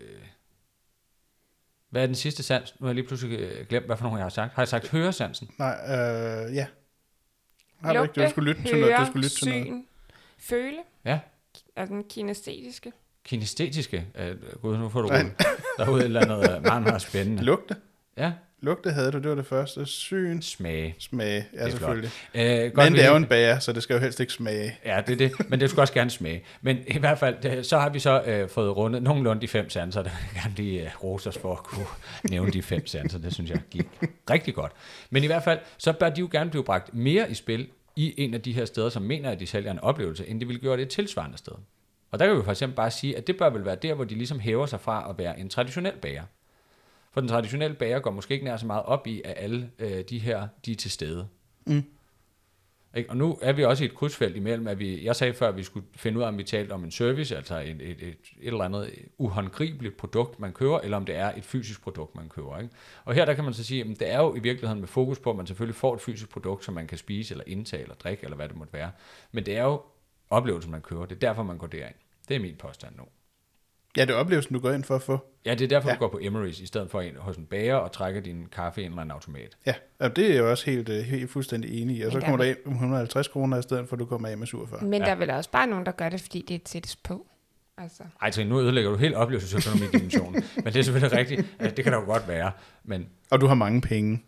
hvad er den sidste sans? Nu har jeg lige pludselig øh, glemt, hvad for nogle jeg har sagt. Har jeg sagt høresansen? Nej, øh, ja. Har du ikke? Lugte, Du skulle lytte til noget. Du høre, skulle lytte til noget. syn, føle, Ja. er den kinestetiske. Kinestetiske. Øh, Gud, nu får du rullet. Der er ude et eller andet øh, meget, meget spændende. Lugte. Ja. Lugte havde du, det var det første. Syn, Smage. smag, ja er selvfølgelig. Øh, Men det er jo vi- en bager, så det skal jo helst ikke smage. Ja, det er det, men det skulle også gerne smage. Men i hvert fald, det, så har vi så øh, fået rundet nogenlunde de fem sanser. Der vil jeg gerne lige øh, rose os for at kunne nævne de fem sanser. Det synes jeg gik rigtig godt. Men i hvert fald, så bør de jo gerne blive bragt mere i spil i en af de her steder, som mener, at de sælger en oplevelse, end de vil gøre det et tilsvarende sted. Og der kan vi for eksempel bare sige, at det bør vel være der, hvor de ligesom hæver sig fra at være en traditionel bager. For den traditionelle bager går måske ikke nær så meget op i, at alle øh, de her, de er til stede. Mm. Ikke? Og nu er vi også i et krydsfelt imellem, at vi, jeg sagde før, at vi skulle finde ud af, om vi talte om en service, altså et, et, et, et eller andet uhåndgribeligt produkt, man køber, eller om det er et fysisk produkt, man køber. Ikke? Og her der kan man så sige, at det er jo i virkeligheden med fokus på, at man selvfølgelig får et fysisk produkt, som man kan spise, eller indtage, eller drikke, eller hvad det måtte være. Men det er jo oplevelsen, man køber. Det er derfor, man går derind. Det er min påstand nu. Ja, det er oplevelsen, du går ind for at få. Ja, det er derfor, ja. Du går på Emery's, i stedet for en, hos en bager og trækker din kaffe i en eller anden automat. Ja, og det er jeg også helt, helt fuldstændig enig i. Og så kommer der ind om et hundrede og halvtreds kroner, i stedet for, at du kommer af med syvogfyrre. Men ja. der er vel også bare nogen, der gør det, fordi det sættes på. Altså. Ej, Trine, nu ødelægger du helt oplevelsesøkonomi-dimensionen. Men det er selvfølgelig rigtigt. Det kan da jo godt være. Men... Og du har mange penge.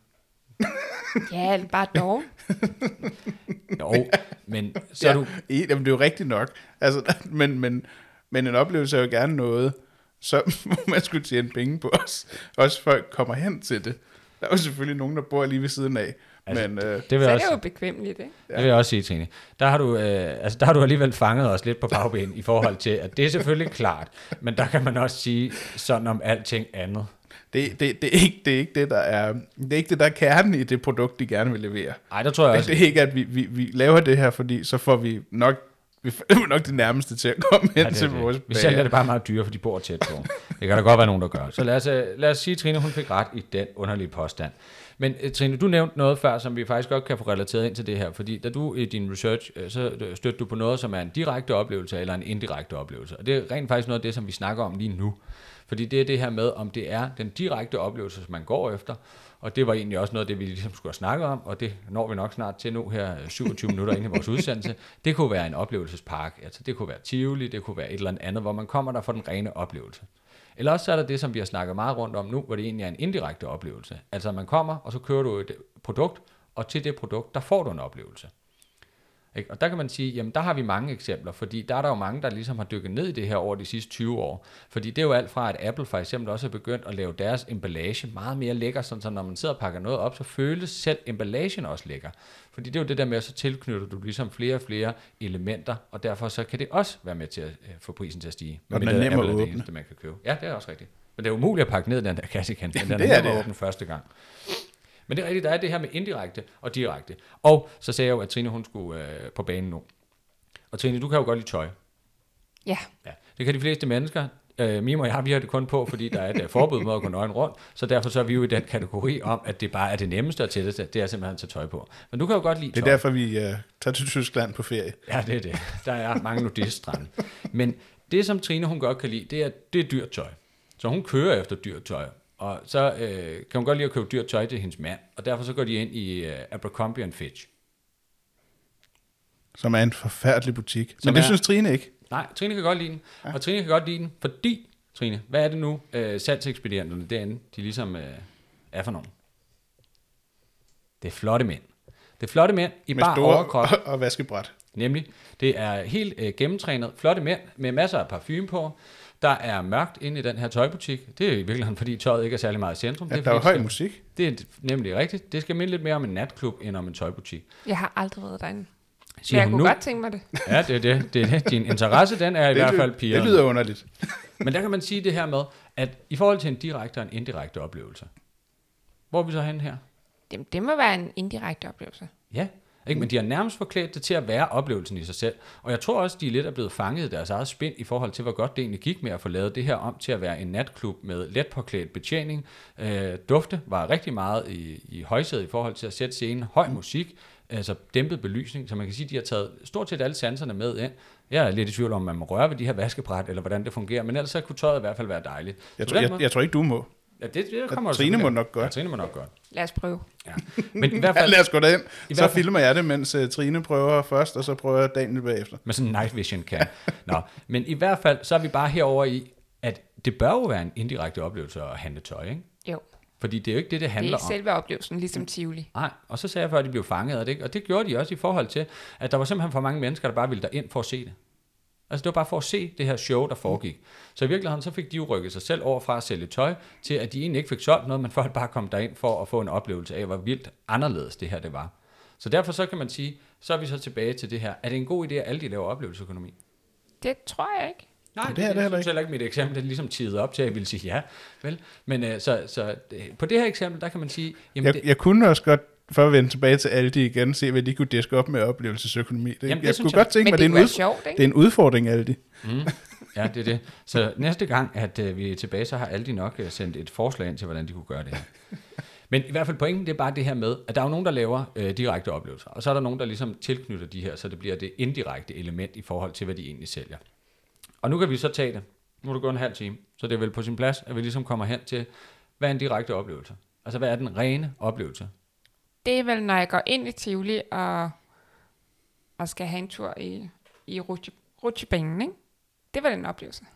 Ja, bare dog. Jo, men så er ja, du... Jamen, det er jo rigtigt nok. Altså, men, men, men en oplevelse er jo gerne noget, så man skulle tjene penge på os. Også folk kommer hen til det. Der er jo selvfølgelig nogen, der bor lige ved siden af. Altså, men, øh, det så er det jo bekvemmeligt, ikke? Det vil jeg også sige, Trine. Der har, du, øh, altså, der har du alligevel fanget os lidt på bagben i forhold til, at det er selvfølgelig klart, men der kan man også sige sådan om alting andet. Det, det, det, er ikke, det er ikke det, der er, det er ikke det, der er kernen i det produkt, de gerne vil levere. Nej, der tror jeg også. Det er ikke, at vi, vi, vi laver det her, fordi så får vi nok, vi får nok det nærmeste til at komme hen ja, til det. vores bager. Vi sælger det bare meget dyre, for de bor tæt på. Det kan der godt være nogen, der gør. Så lad os, lad os sige, at Trine hun fik ret i den underlige påstand. Men Trine, du nævnte noget før, som vi faktisk godt kan få relateret ind til det her, fordi da du i din research, så stødte du på noget, som er en direkte oplevelse eller en indirekte oplevelse. Og det er rent faktisk noget af det, som vi snakker om lige nu. Fordi det er det her med, om det er den direkte oplevelse, som man går efter, og det var egentlig også noget af det, vi ligesom skulle snakke om, og det når vi nok snart til nu her syvogtyve minutter inde i vores udsendelse. Det kunne være en oplevelsespark, altså det kunne være Tivoli, det kunne være et eller andet, hvor man kommer der for den rene oplevelse. Eller også er der det, som vi har snakket meget rundt om nu, hvor det egentlig er en indirekte oplevelse. Altså man kommer, og så kører du et produkt, og til det produkt, der får du en oplevelse. Ikke? Og der kan man sige, jamen der har vi mange eksempler, fordi der er der jo mange, der ligesom har dykket ned i det her over de sidste tyve år. Fordi det er jo alt fra, at Apple for eksempel også er begyndt at lave deres emballage meget mere lækker, sådan så når man sidder og pakker noget op, så føles selv emballagen også lækker. Fordi det er jo det der med, at så tilknytter du ligesom flere og flere elementer, og derfor så kan det også være med til at få prisen til at stige. Og den er nem at åbne. Det eneste, man kan købe. Ja, det er også rigtigt. Men det er umuligt at pakke ned den der kasse igen, men den det er er nem at åbne første gang. Men det er rigtigt, der er det her med indirekte og direkte. Og så sagde jeg jo, at Trine hun skulle øh, på banen nu. Og Trine, du kan jo godt lide tøj. Ja. Ja. Det kan de fleste mennesker. Øh, Mime og jeg, vi har det kun på, fordi der er et forbud mod at gå nøgen rundt. Så derfor så er vi jo i den kategori om, at det bare er det nemmeste og tætteste. Det er simpelthen at tage tøj på. Men du kan jo godt lide tøj. Det er derfor, vi uh, tager til Tyskland på ferie. Ja, det er det. Der er mange nudiststrande. Men det, som Trine hun godt kan lide, det er, det er dyrt tøj. Så hun kører efter dyrt tøj. Og så øh, kan hun godt lide at købe dyrt tøj til hendes mand, og derfor så går de ind i uh, Abercrombie and Fitch. Som er en forfærdelig butik. Som Men det er, synes Trine ikke. Nej, Trine kan godt lide den. Ja. Og Trine kan godt lide den, fordi, Trine, hvad er det nu, øh, salgsekspedienterne derinde, de ligesom øh, er for nogen? Det er flotte mænd. Det er flotte mænd i bare overkrop. Og, og vaskebræt. Nemlig, det er helt øh, gennemtrænet, flotte mænd med masser af parfume på. Der er mørkt inde i den her tøjbutik. Det er i virkeligheden, fordi tøjet ikke er særlig meget i centrum. Ja, det er, der er høj skal, musik. Det er nemlig rigtigt. Det skal minde lidt mere om en natklub, end om en tøjbutik. Jeg har aldrig været derinde. Siger jeg kunne nu? godt tænke mig det. Ja, det er det. det, er det. Din interesse, den er i det, hvert fald piger. Det lyder underligt. Men der kan man sige det her med, at i forhold til en direkte og en indirekte oplevelse, hvor er vi så hen her? Det, det må være en indirekte oplevelse. Ja, ikke? Men de har nærmest forklædt det til at være oplevelsen i sig selv. Og jeg tror også, de er lidt er blevet fanget i deres eget spind i forhold til, hvor godt det egentlig gik med at få lavet det her om til at være en natklub med let påklædt betjening. Øh, dufte var rigtig meget i, i højsædet i forhold til at sætte scenen. Høj musik, altså dæmpet belysning, så man kan sige, at de har taget stort set alle sanserne med ind. Jeg er lidt i tvivl om, man må røre ved de her vaskebræt, eller hvordan det fungerer, men ellers så kunne tøjet i hvert fald være dejligt. Jeg, tror, jeg, jeg tror ikke, du må. Ja, det, det kommer og Trine må nok godt. Ja, Trine må nok godt. Lad os prøve. Ja. Men i hvert fald, ja, lad os gå derind. Så fald, filmer jeg det, mens uh, Trine prøver først, og så prøver jeg Daniel bagefter. Med sådan en night vision cam. Nå, men i hvert fald, så er vi bare herover i, at det bør jo være en indirekte oplevelse at handle tøj, ikke? Jo. Fordi det er jo ikke det, det handler om. Det er selve oplevelsen, ligesom Tivoli. Nej, og så sagde jeg før, at de blev fanget af det, og det gjorde de også i forhold til, at der var simpelthen for mange mennesker, der bare ville derind for at se det. Altså det var bare for at se det her show, der foregik. Så i virkeligheden, så fik de jo rykket sig selv over fra at sælge tøj, til at de egentlig ikke fik solgt noget, men folk bare kom derind for at få en oplevelse af, hvor vildt anderledes det her det var. Så derfor så kan man sige, så er vi så tilbage til det her. Er det en god idé, at alle de laver oplevelsesøkonomi? Det tror jeg ikke. Nej, det, det er det heller ikke. heller ikke mit eksempel. Det er ligesom tidet op til, at jeg ville sige ja. Vel? Men øh, så, så øh, på det her eksempel, der kan man sige... Jamen, jeg, det, jeg kunne også godt for at vende tilbage til Aldi igen, se hvad de kunne diske op med oplevelsesøkonomi. Det, Jamen, det jeg synes kunne jeg. godt tænke Men mig, det det, kunne er en være ud, sjovt, ikke? det er en udfordring, Aldi. Mm. Ja, det er det. Så næste gang, at øh, vi er tilbage, så har Aldi nok øh, sendt et forslag ind til, hvordan de kunne gøre det her. Men i hvert fald pointen, det er bare det her med, at der er jo nogen, der laver øh, direkte oplevelser, og så er der nogen, der ligesom tilknytter de her, så det bliver det indirekte element i forhold til, hvad de egentlig sælger. Og nu kan vi så tage det. Nu er det gået en halv time, så det er vel på sin plads, at vi ligesom kommer hen til, hvad er en direkte oplevelse? Altså, hvad er den rene oplevelse? Det er vel, når jeg går ind i Tivoli og, og skal have en tur i, i rutsjebanen, ikke? Det var en oplevelse.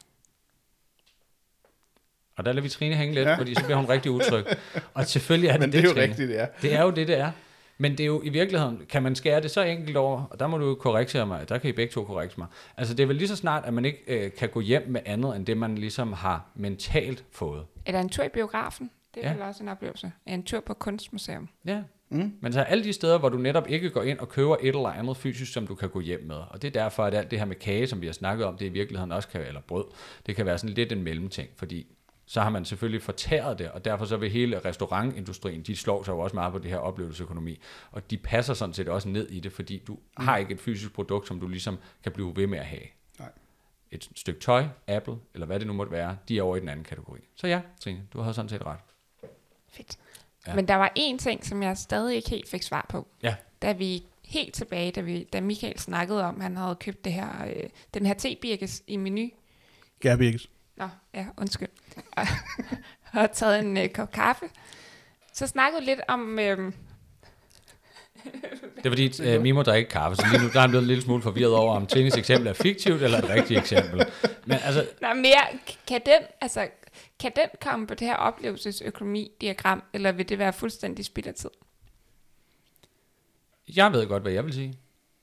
Og der lader vi Trine hænge lidt, Ja. ja. fordi så bliver hun rigtig utryg. Og selvfølgelig er det Men det, det er jo Trine. rigtigt, det er. Det er jo det, det er. Men det er jo i virkeligheden, kan man skære det så enkelt over, og der må du jo korrektere mig, der kan I begge to korrektere mig. Altså det er vel lige så snart, at man ikke øh, kan gå hjem med andet, end det man ligesom har mentalt fået. Eller en tur i biografen. Det er Ja. vel også en oplevelse. En tur på kunstmuseum. Ja. Mm. Men så er alle de steder, hvor du netop ikke går ind og køber et eller andet fysisk, som du kan gå hjem med. Og det er derfor, at alt det her med kage, som vi har snakket om, det i virkeligheden også kan, eller brød, det kan være sådan lidt en mellemting, fordi så har man selvfølgelig fortæret det, og derfor så vil hele restaurantindustrien, de slår sig jo også meget på det her oplevelsesøkonomi, og de passer sådan set også ned i det, fordi du mm. har ikke et fysisk produkt, som du ligesom kan blive ved med at have. Nej. Et stykke tøj, Apple, eller hvad det nu måtte være, de er over i den anden kategori. Så ja, Trine, du har sådan set ret. Fedt. Ja. Ja. Men der var én ting, som jeg stadig ikke helt fik svar på. Ja. Da vi helt tilbage, da, vi, da Michael snakkede om, han havde købt det her, øh, den her te-birkes i Menu. Gerbirkes. Nå, ja, undskyld. Og, og taget en øh, kop kaffe. Så snakkede vi lidt om... Øh, Det er fordi, uh, Mimo drikker ikke kaffe, så lige nu der er han blevet en lille smule forvirret over, om Trines eksempel er fiktivt eller et rigtigt eksempel. Men altså, nej, mere, kan den, altså, kan den komme på det her oplevelsesøkonomi-diagram, eller vil det være fuldstændig spild af tid? jeg ved godt, hvad jeg vil sige.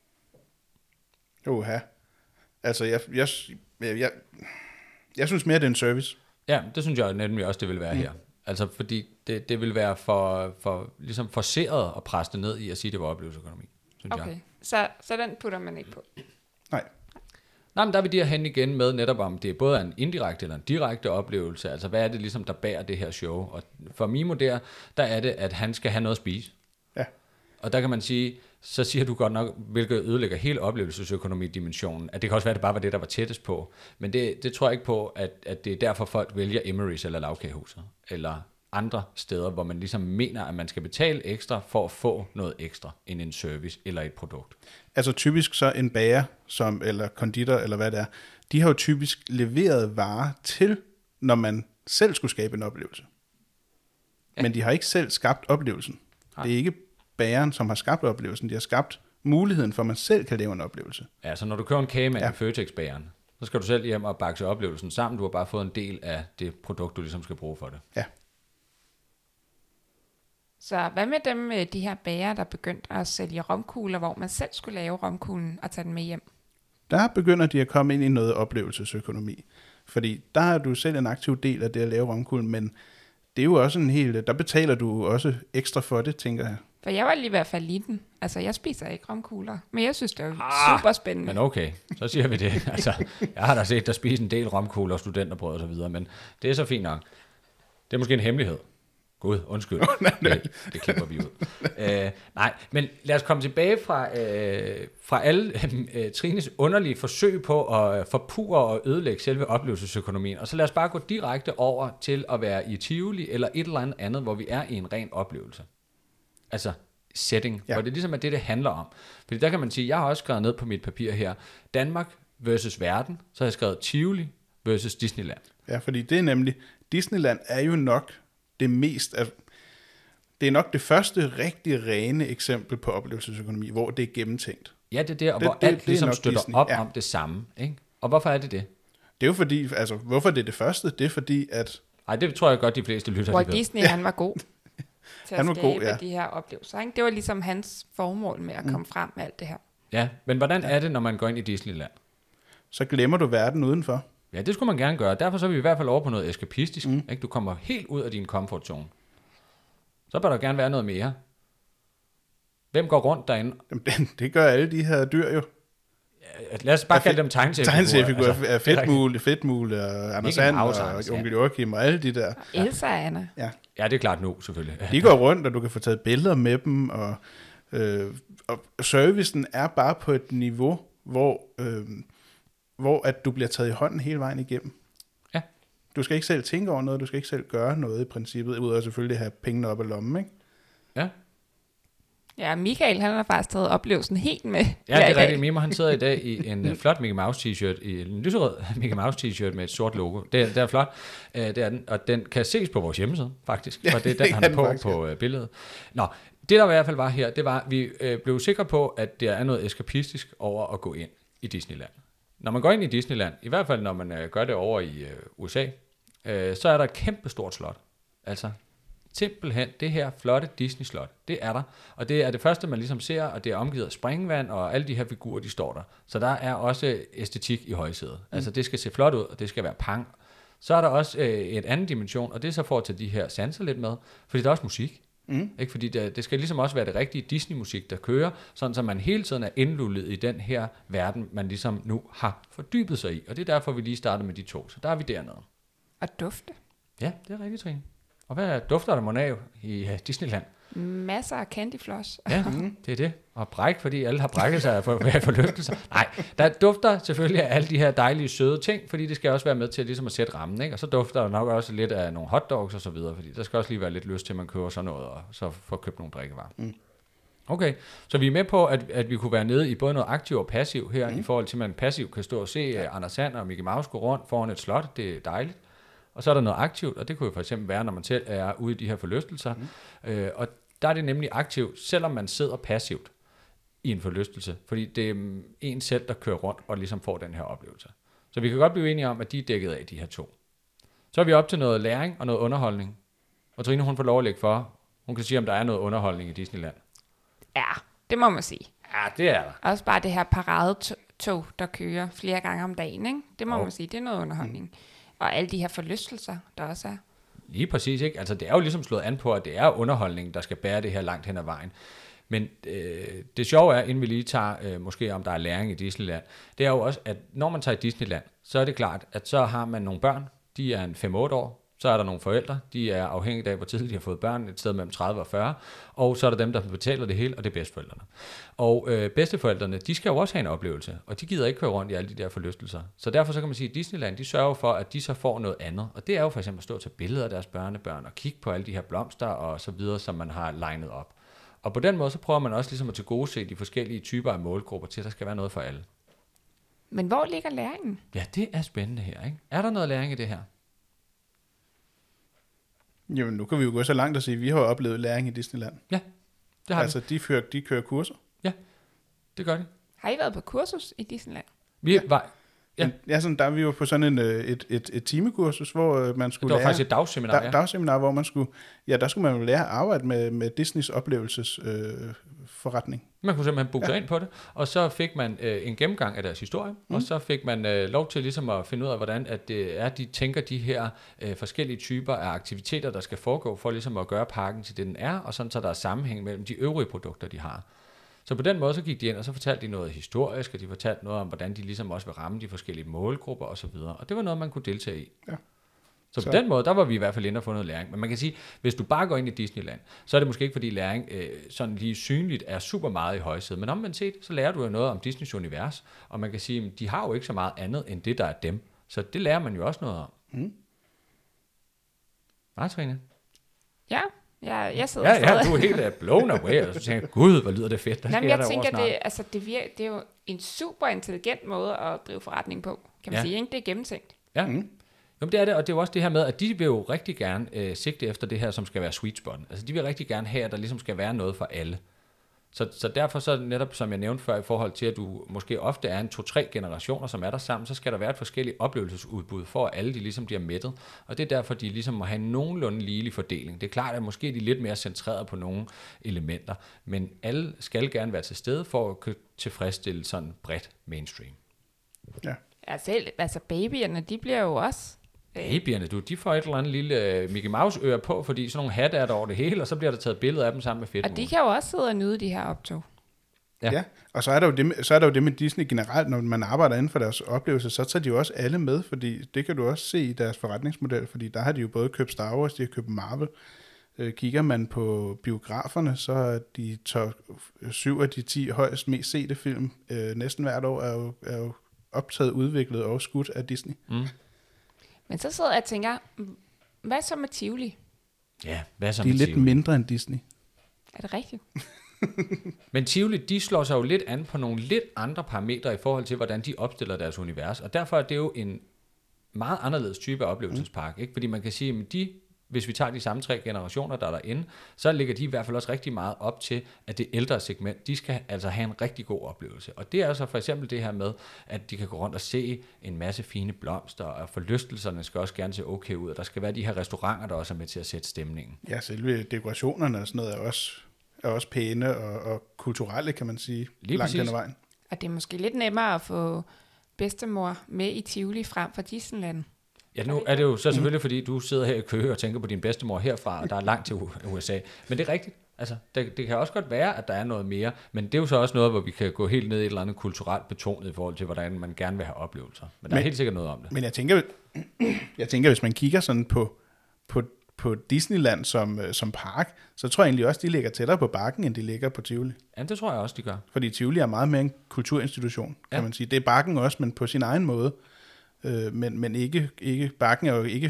Oha. Altså, jeg, jeg, jeg, jeg, jeg synes mere, det er en service. Ja, det synes jeg nemlig også, det vil være mm. her. Altså, fordi det, det vil være for, for ligesom forceret at presse det ned i at sige, at det var oplevelsesøkonomi, synes Okay, jeg. så, så den putter man ikke på. Nej. Nej, men der er vi der hen igen med netop om, det er både en indirekte eller en direkte oplevelse. Altså, hvad er det ligesom, der bærer det her show? Og for Mimo der, der er det, at han skal have noget at spise. Ja. Og der kan man sige, så siger du godt nok, hvilket ødelægger hele oplevelsesøkonomi-dimensionen, at det kan også være, at det bare var det, der var tættest på. Men det, det tror jeg ikke på, at, at det er derfor, folk vælger Emery's eller Lavkagehuset, eller andre steder, hvor man ligesom mener, at man skal betale ekstra for at få noget ekstra end en service eller et produkt. Altså typisk så en bager, som, eller konditor, eller hvad det er, de har jo typisk leveret varer til, når man selv skulle skabe en oplevelse. Ja. Men de har ikke selv skabt oplevelsen. Nej. Det er ikke bageren, som har skabt oplevelsen. De har skabt muligheden for, at man selv kan lave en oplevelse. Ja, så når du køber en kagemand Ja. i Føtex-bageren, så skal du selv hjem og bakse oplevelsen sammen. Du har bare fået en del af det produkt, du ligesom skal bruge for det. Ja. Så hvad med dem, øh, de her bager, der begyndte at sælge romkugler, hvor man selv skulle lave romkuglen og tage den med hjem? Der begynder de at komme ind i noget oplevelsesøkonomi. Fordi der har du selv en aktiv del af det at lave romkuglen, men det er jo også en hel... Der betaler du også ekstra for det, tænker jeg. For jeg var lige i hvert fald liten. Altså, jeg spiser ikke romkugler, men jeg synes, det er ah, super spændende. Men okay, så siger vi det. Altså, jeg har da set dig spise en del romkugler og studenterbrød og så videre, men det er så fint nok. Det er måske en hemmelighed. Gud, undskyld. Oh, nej, nej. Det, det klipper vi ud. uh, nej, men lad os komme tilbage fra, uh, fra alle uh, Trines underlige forsøg på at uh, forpure og ødelægge selve oplevelsesøkonomien, og så lad os bare gå direkte over til at være i Tivoli eller et eller andet andet, hvor vi er i en ren oplevelse. Altså setting, ja. Hvor det ligesom er det, det handler om. Fordi der kan man sige, jeg har også skrevet ned på mit papir her, Danmark versus verden, så har jeg skrevet Tivoli versus Disneyland. Ja, fordi det er nemlig, Disneyland er jo nok det mest, af, det er nok det første rigtig rene eksempel på oplevelsesøkonomi, hvor det er gennemtænkt. Ja, det er det, og det, hvor det, alt det ligesom støtter Disney. op Ja. om det samme. Ikke? Og hvorfor er det det? Det er jo fordi, altså hvorfor det er det første, det er fordi, at... Nej, det tror jeg godt, de fleste lytter Hvor til. Disney, ja. han var god til Han at var skabe god, ja. de her oplevelser. Ikke? Det var ligesom hans formål med at komme mm. frem med alt det her. Ja, men hvordan er det, når man går ind i Disneyland? Så glemmer du verden udenfor. Ja, det skulle man gerne gøre. Derfor så er vi i hvert fald over på noget eskapistisk. Mm. Ikke? Du kommer helt ud af din comfort zone. Så bør der gerne være noget mere. Hvem går rundt derinde? Jamen, det, det gør alle de her dyr jo. Lad os bare kalde dem tegneseriefigurer. Tegneseriefigurer Altså, af Fedtmule, Fedtmule og Anders Sand og Anders, Onkel Joachim og alle de der. Og Elsa og Anna. Ja. Ja, det er klart nu, selvfølgelig. De går rundt, og du kan få taget billeder med dem, og, øh, og servicen er bare på et niveau, hvor, øh, hvor at du bliver taget i hånden hele vejen igennem. Ja. Du skal ikke selv tænke over noget, du skal ikke selv gøre noget i princippet, udover selvfølgelig at have pengene op ad lommen, ikke? Ja. Ja, Michael, han har faktisk taget oplevelsen helt med. Ja, det er rigtigt. Mimo, han sidder i dag i en uh, flot Mickey Mouse t-shirt, i en lyserød Mickey Mouse t-shirt med et sort logo. Det er, det er flot, uh, det er den, og den kan ses på vores hjemmeside, faktisk. Ja, og det er den, han er på faktisk, på uh, billedet. Nå, det der i hvert fald var her, det var, at vi uh, blev sikre på, at der er noget eskapistisk over at gå ind i Disneyland. Når man går ind i Disneyland, i hvert fald når man uh, gør det over i uh, U S A, uh, så er der et kæmpe stort slot. Altså simpelthen det her flotte Disney-slot, det er der. Og det er det første, man ligesom ser, og det er omgivet af springvand, og alle de her figurer, de står der. Så der er også æstetik i højsædet. Mm. Altså det skal se flot ud, og det skal være pang. Så er der også øh, et andet dimension, og det er så for at tage de her sanser lidt med, fordi der er også musik. Mm. Ikke? Fordi det, det skal ligesom også være det rigtige Disney-musik, der kører, sådan så man hele tiden er indlullet i den her verden, man ligesom nu har fordybet sig i. Og det er derfor, vi lige starter med de to. Så der er vi dernede. Og dufte. Ja, det er rigtigt, Trine. Og hvad dufter der mon af i uh, Disneyland? Masser af candyfloss. Ja, det er det. Og bræk, fordi alle har brækket sig for, for forlystelser. Nej, der dufter selvfølgelig af alle de her dejlige, søde ting, fordi det skal også være med til ligesom at sætte rammen. Ikke? Og så dufter der nok også lidt af nogle hotdogs og så videre, fordi der skal også lige være lidt lyst til, at man køber sådan noget, og så får købt nogle drikkevarer. Mm. Okay, så vi er med på, at, at vi kunne være nede i både noget aktiv og passiv her, mm. i forhold til, at man passivt kan stå og se ja. uh, Anders Sand og Mickey Mouse gå rundt foran et slot. Det er dejligt. Og så er der noget aktivt, og det kunne jo for eksempel være, når man selv er ude i de her forlystelser. Mm. Øh, og der er det nemlig aktivt, selvom man sidder passivt i en forlystelse. Fordi det er en selv, der kører rundt og ligesom får den her oplevelse. Så vi kan godt blive enige om, at de er dækket af de her to. Så er vi op til noget læring og noget underholdning. Og Trine, hun får lov at lægge for. Hun kan sige, om der er noget underholdning i Disneyland. Ja, det må man sige. Ja, det er der. Også bare det her paradetog, der kører flere gange om dagen. Ikke? Det må oh. man sige, det er noget underholdning. Mm. Og alle de her forlystelser, der også er. Lige præcis, ikke? Altså, det er jo ligesom slået an på, at det er underholdning, der skal bære det her langt hen ad vejen. Men øh, det sjove er, inden vi lige tager øh, måske om der er læring i Disneyland, det er jo også, at når man tager i Disneyland, så er det klart, at så har man nogle børn, de er en fem otte år, så er der nogle forældre, de er afhængige af, hvor tidligt de har fået børn, et sted mellem tredive og fyrre, og så er der dem, der betaler det hele, og det er bedsteforældrene. Og øh, bedsteforældrene, de skal jo også have en oplevelse, og de gider ikke køre rundt i alle de der forlystelser. Så derfor så kan man sige, at Disneyland, de sørger for, at de så får noget andet, og det er jo for eksempel at stå og tage billeder af deres børnebørn, og kigge på alle de her blomster og så videre, som man har legnet op. Og på den måde, så prøver man også ligesom at tilgodese de forskellige typer af målgrupper til, at der skal være noget for alle. Men hvor ligger læringen? Ja, det er spændende her, ikke? Er der noget læring i det her? Jamen, nu kan vi jo gå så langt og sige, at vi har oplevet læring i Disneyland. Ja, det har altså, vi. Altså, de, de kører kurser. Ja, det gør de. Har I været på kursus i Disneyland? Vi ja. var... Ja. ja, sådan, der vi var på sådan en, et, et, et timekursus, hvor man skulle lære... Det var lære, faktisk et dagseminar, dag, ja. dagseminar, hvor man skulle... Ja, der skulle man jo lære at arbejde med, med Disneys oplevelsesforretning. Øh, man kunne simpelthen booke ja. sig ind på det, og så fik man øh, en gennemgang af deres historie, mm. og så fik man øh, lov til ligesom at finde ud af, hvordan at det er, de tænker de her øh, forskellige typer af aktiviteter, der skal foregå, for ligesom at gøre pakken til det, den er, og sådan så der er sammenhæng mellem de øvrige produkter, de har. Så på den måde så gik de ind, og så fortalte de noget historisk, og de fortalte noget om, hvordan de ligesom også vil ramme de forskellige målgrupper osv. Og det var noget, man kunne deltage i. Ja. Så, så på den måde, der var vi i hvert fald inde og få noget læring. Men man kan sige, hvis du bare går ind i Disneyland, så er det måske ikke, fordi læring øh, sådan lige synligt er super meget i højsædet. Men omvendt set, så lærer du jo noget om Disneys univers. Og man kan sige, at de har jo ikke så meget andet, end det, der er dem. Så det lærer man jo også noget om. Mm. Hvad, Trine? Ja. Ja, jeg sidder ja, ja, du er helt blown away, og så tænker gud, hvor lyder det fedt. Der Jamen, jeg tænker, det, altså, det, vir- det er jo en super intelligent måde at drive forretning på, kan man ja. sige, ikke? Det er gennemtænkt. Ja, mm. Jamen, det er det, og det er jo også det her med, at de vil jo rigtig gerne øh, sigte efter det her, som skal være sweet spot. Altså, de vil rigtig gerne have, at der ligesom skal være noget for alle. Så, så derfor så netop, som jeg nævnte før, i forhold til, at du måske ofte er en to-tre generationer, som er der sammen, så skal der være et forskelligt oplevelsesudbud, for at alle de ligesom bliver mættet. Og det er derfor, de ligesom må have en nogenlunde ligelig fordeling. Det er klart, at måske de er lidt mere centreret på nogle elementer, men alle skal gerne være til stede for at kunne tilfredsstille sådan bredt mainstream. Ja. Ja, selv, altså babyerne, de bliver jo også... Babyerne, du, de får et eller andet lille Mickey Mouse øre på, fordi sådan nogle hatte er der over det hele, og så bliver der taget billeder af dem sammen med fedt. Og de kan jo også sidde og nyde de her optog. Ja. ja, og så er, der jo det med, så er der jo det med Disney generelt, når man arbejder inden for deres oplevelser, så tager de jo også alle med, fordi det kan du også se i deres forretningsmodel, fordi der har de jo både købt Star Wars, de har købt Marvel. Øh, kigger man på biograferne, så er de top syv af de ti højst mest sete film øh, næsten hvert år er jo, er jo optaget, udviklet og skudt af Disney. Mm. Men så sidder jeg og tænker, hvad så med Tivoli? Ja, hvad så de er med lidt Tivoli? mindre end Disney. Er det rigtigt? Men Tivoli, de slår sig jo lidt an på nogle lidt andre parametre i forhold til, hvordan de opstiller deres univers. Og derfor er det jo en meget anderledes type af oplevelsespark. Mm. Ikke? Fordi man kan sige, at de, hvis vi tager de samme tre generationer, der er derinde, så ligger de i hvert fald også rigtig meget op til, at det ældre segment, de skal altså have en rigtig god oplevelse. Og det er altså for eksempel det her med, at de kan gå rundt og se en masse fine blomster, og forlystelserne skal også gerne se okay ud, og der skal være de her restauranter, der også er med til at sætte stemningen. Ja, selve dekorationerne og sådan noget er også, er også pæne og, og kulturelle, kan man sige, Lige langt præcis. hen ad vejen. Og det er måske lidt nemmere at få bedstemor med i Tivoli frem for Disneyland. Ja, nu er det jo så selvfølgelig, fordi du sidder her i Køge og tænker på din bedstemor herfra, og der er langt til U S A. Men det er rigtigt. Altså, det, det kan også godt være, at der er noget mere, men det er jo så også noget, hvor vi kan gå helt ned i et eller andet kulturelt betonet i forhold til, hvordan man gerne vil have oplevelser. Men der men, er helt sikkert noget om det. Men jeg tænker, jeg tænker hvis man kigger sådan på, på, på Disneyland som, som park, så tror jeg egentlig også, de ligger tættere på Bakken, end de ligger på Tivoli. Ja, det tror jeg også, de gør. Fordi Tivoli er meget mere en kulturinstitution, kan ja. man sige. Det er Bakken også, men på sin egen måde. Øh, men men ikke, ikke, Bakken er jo ikke...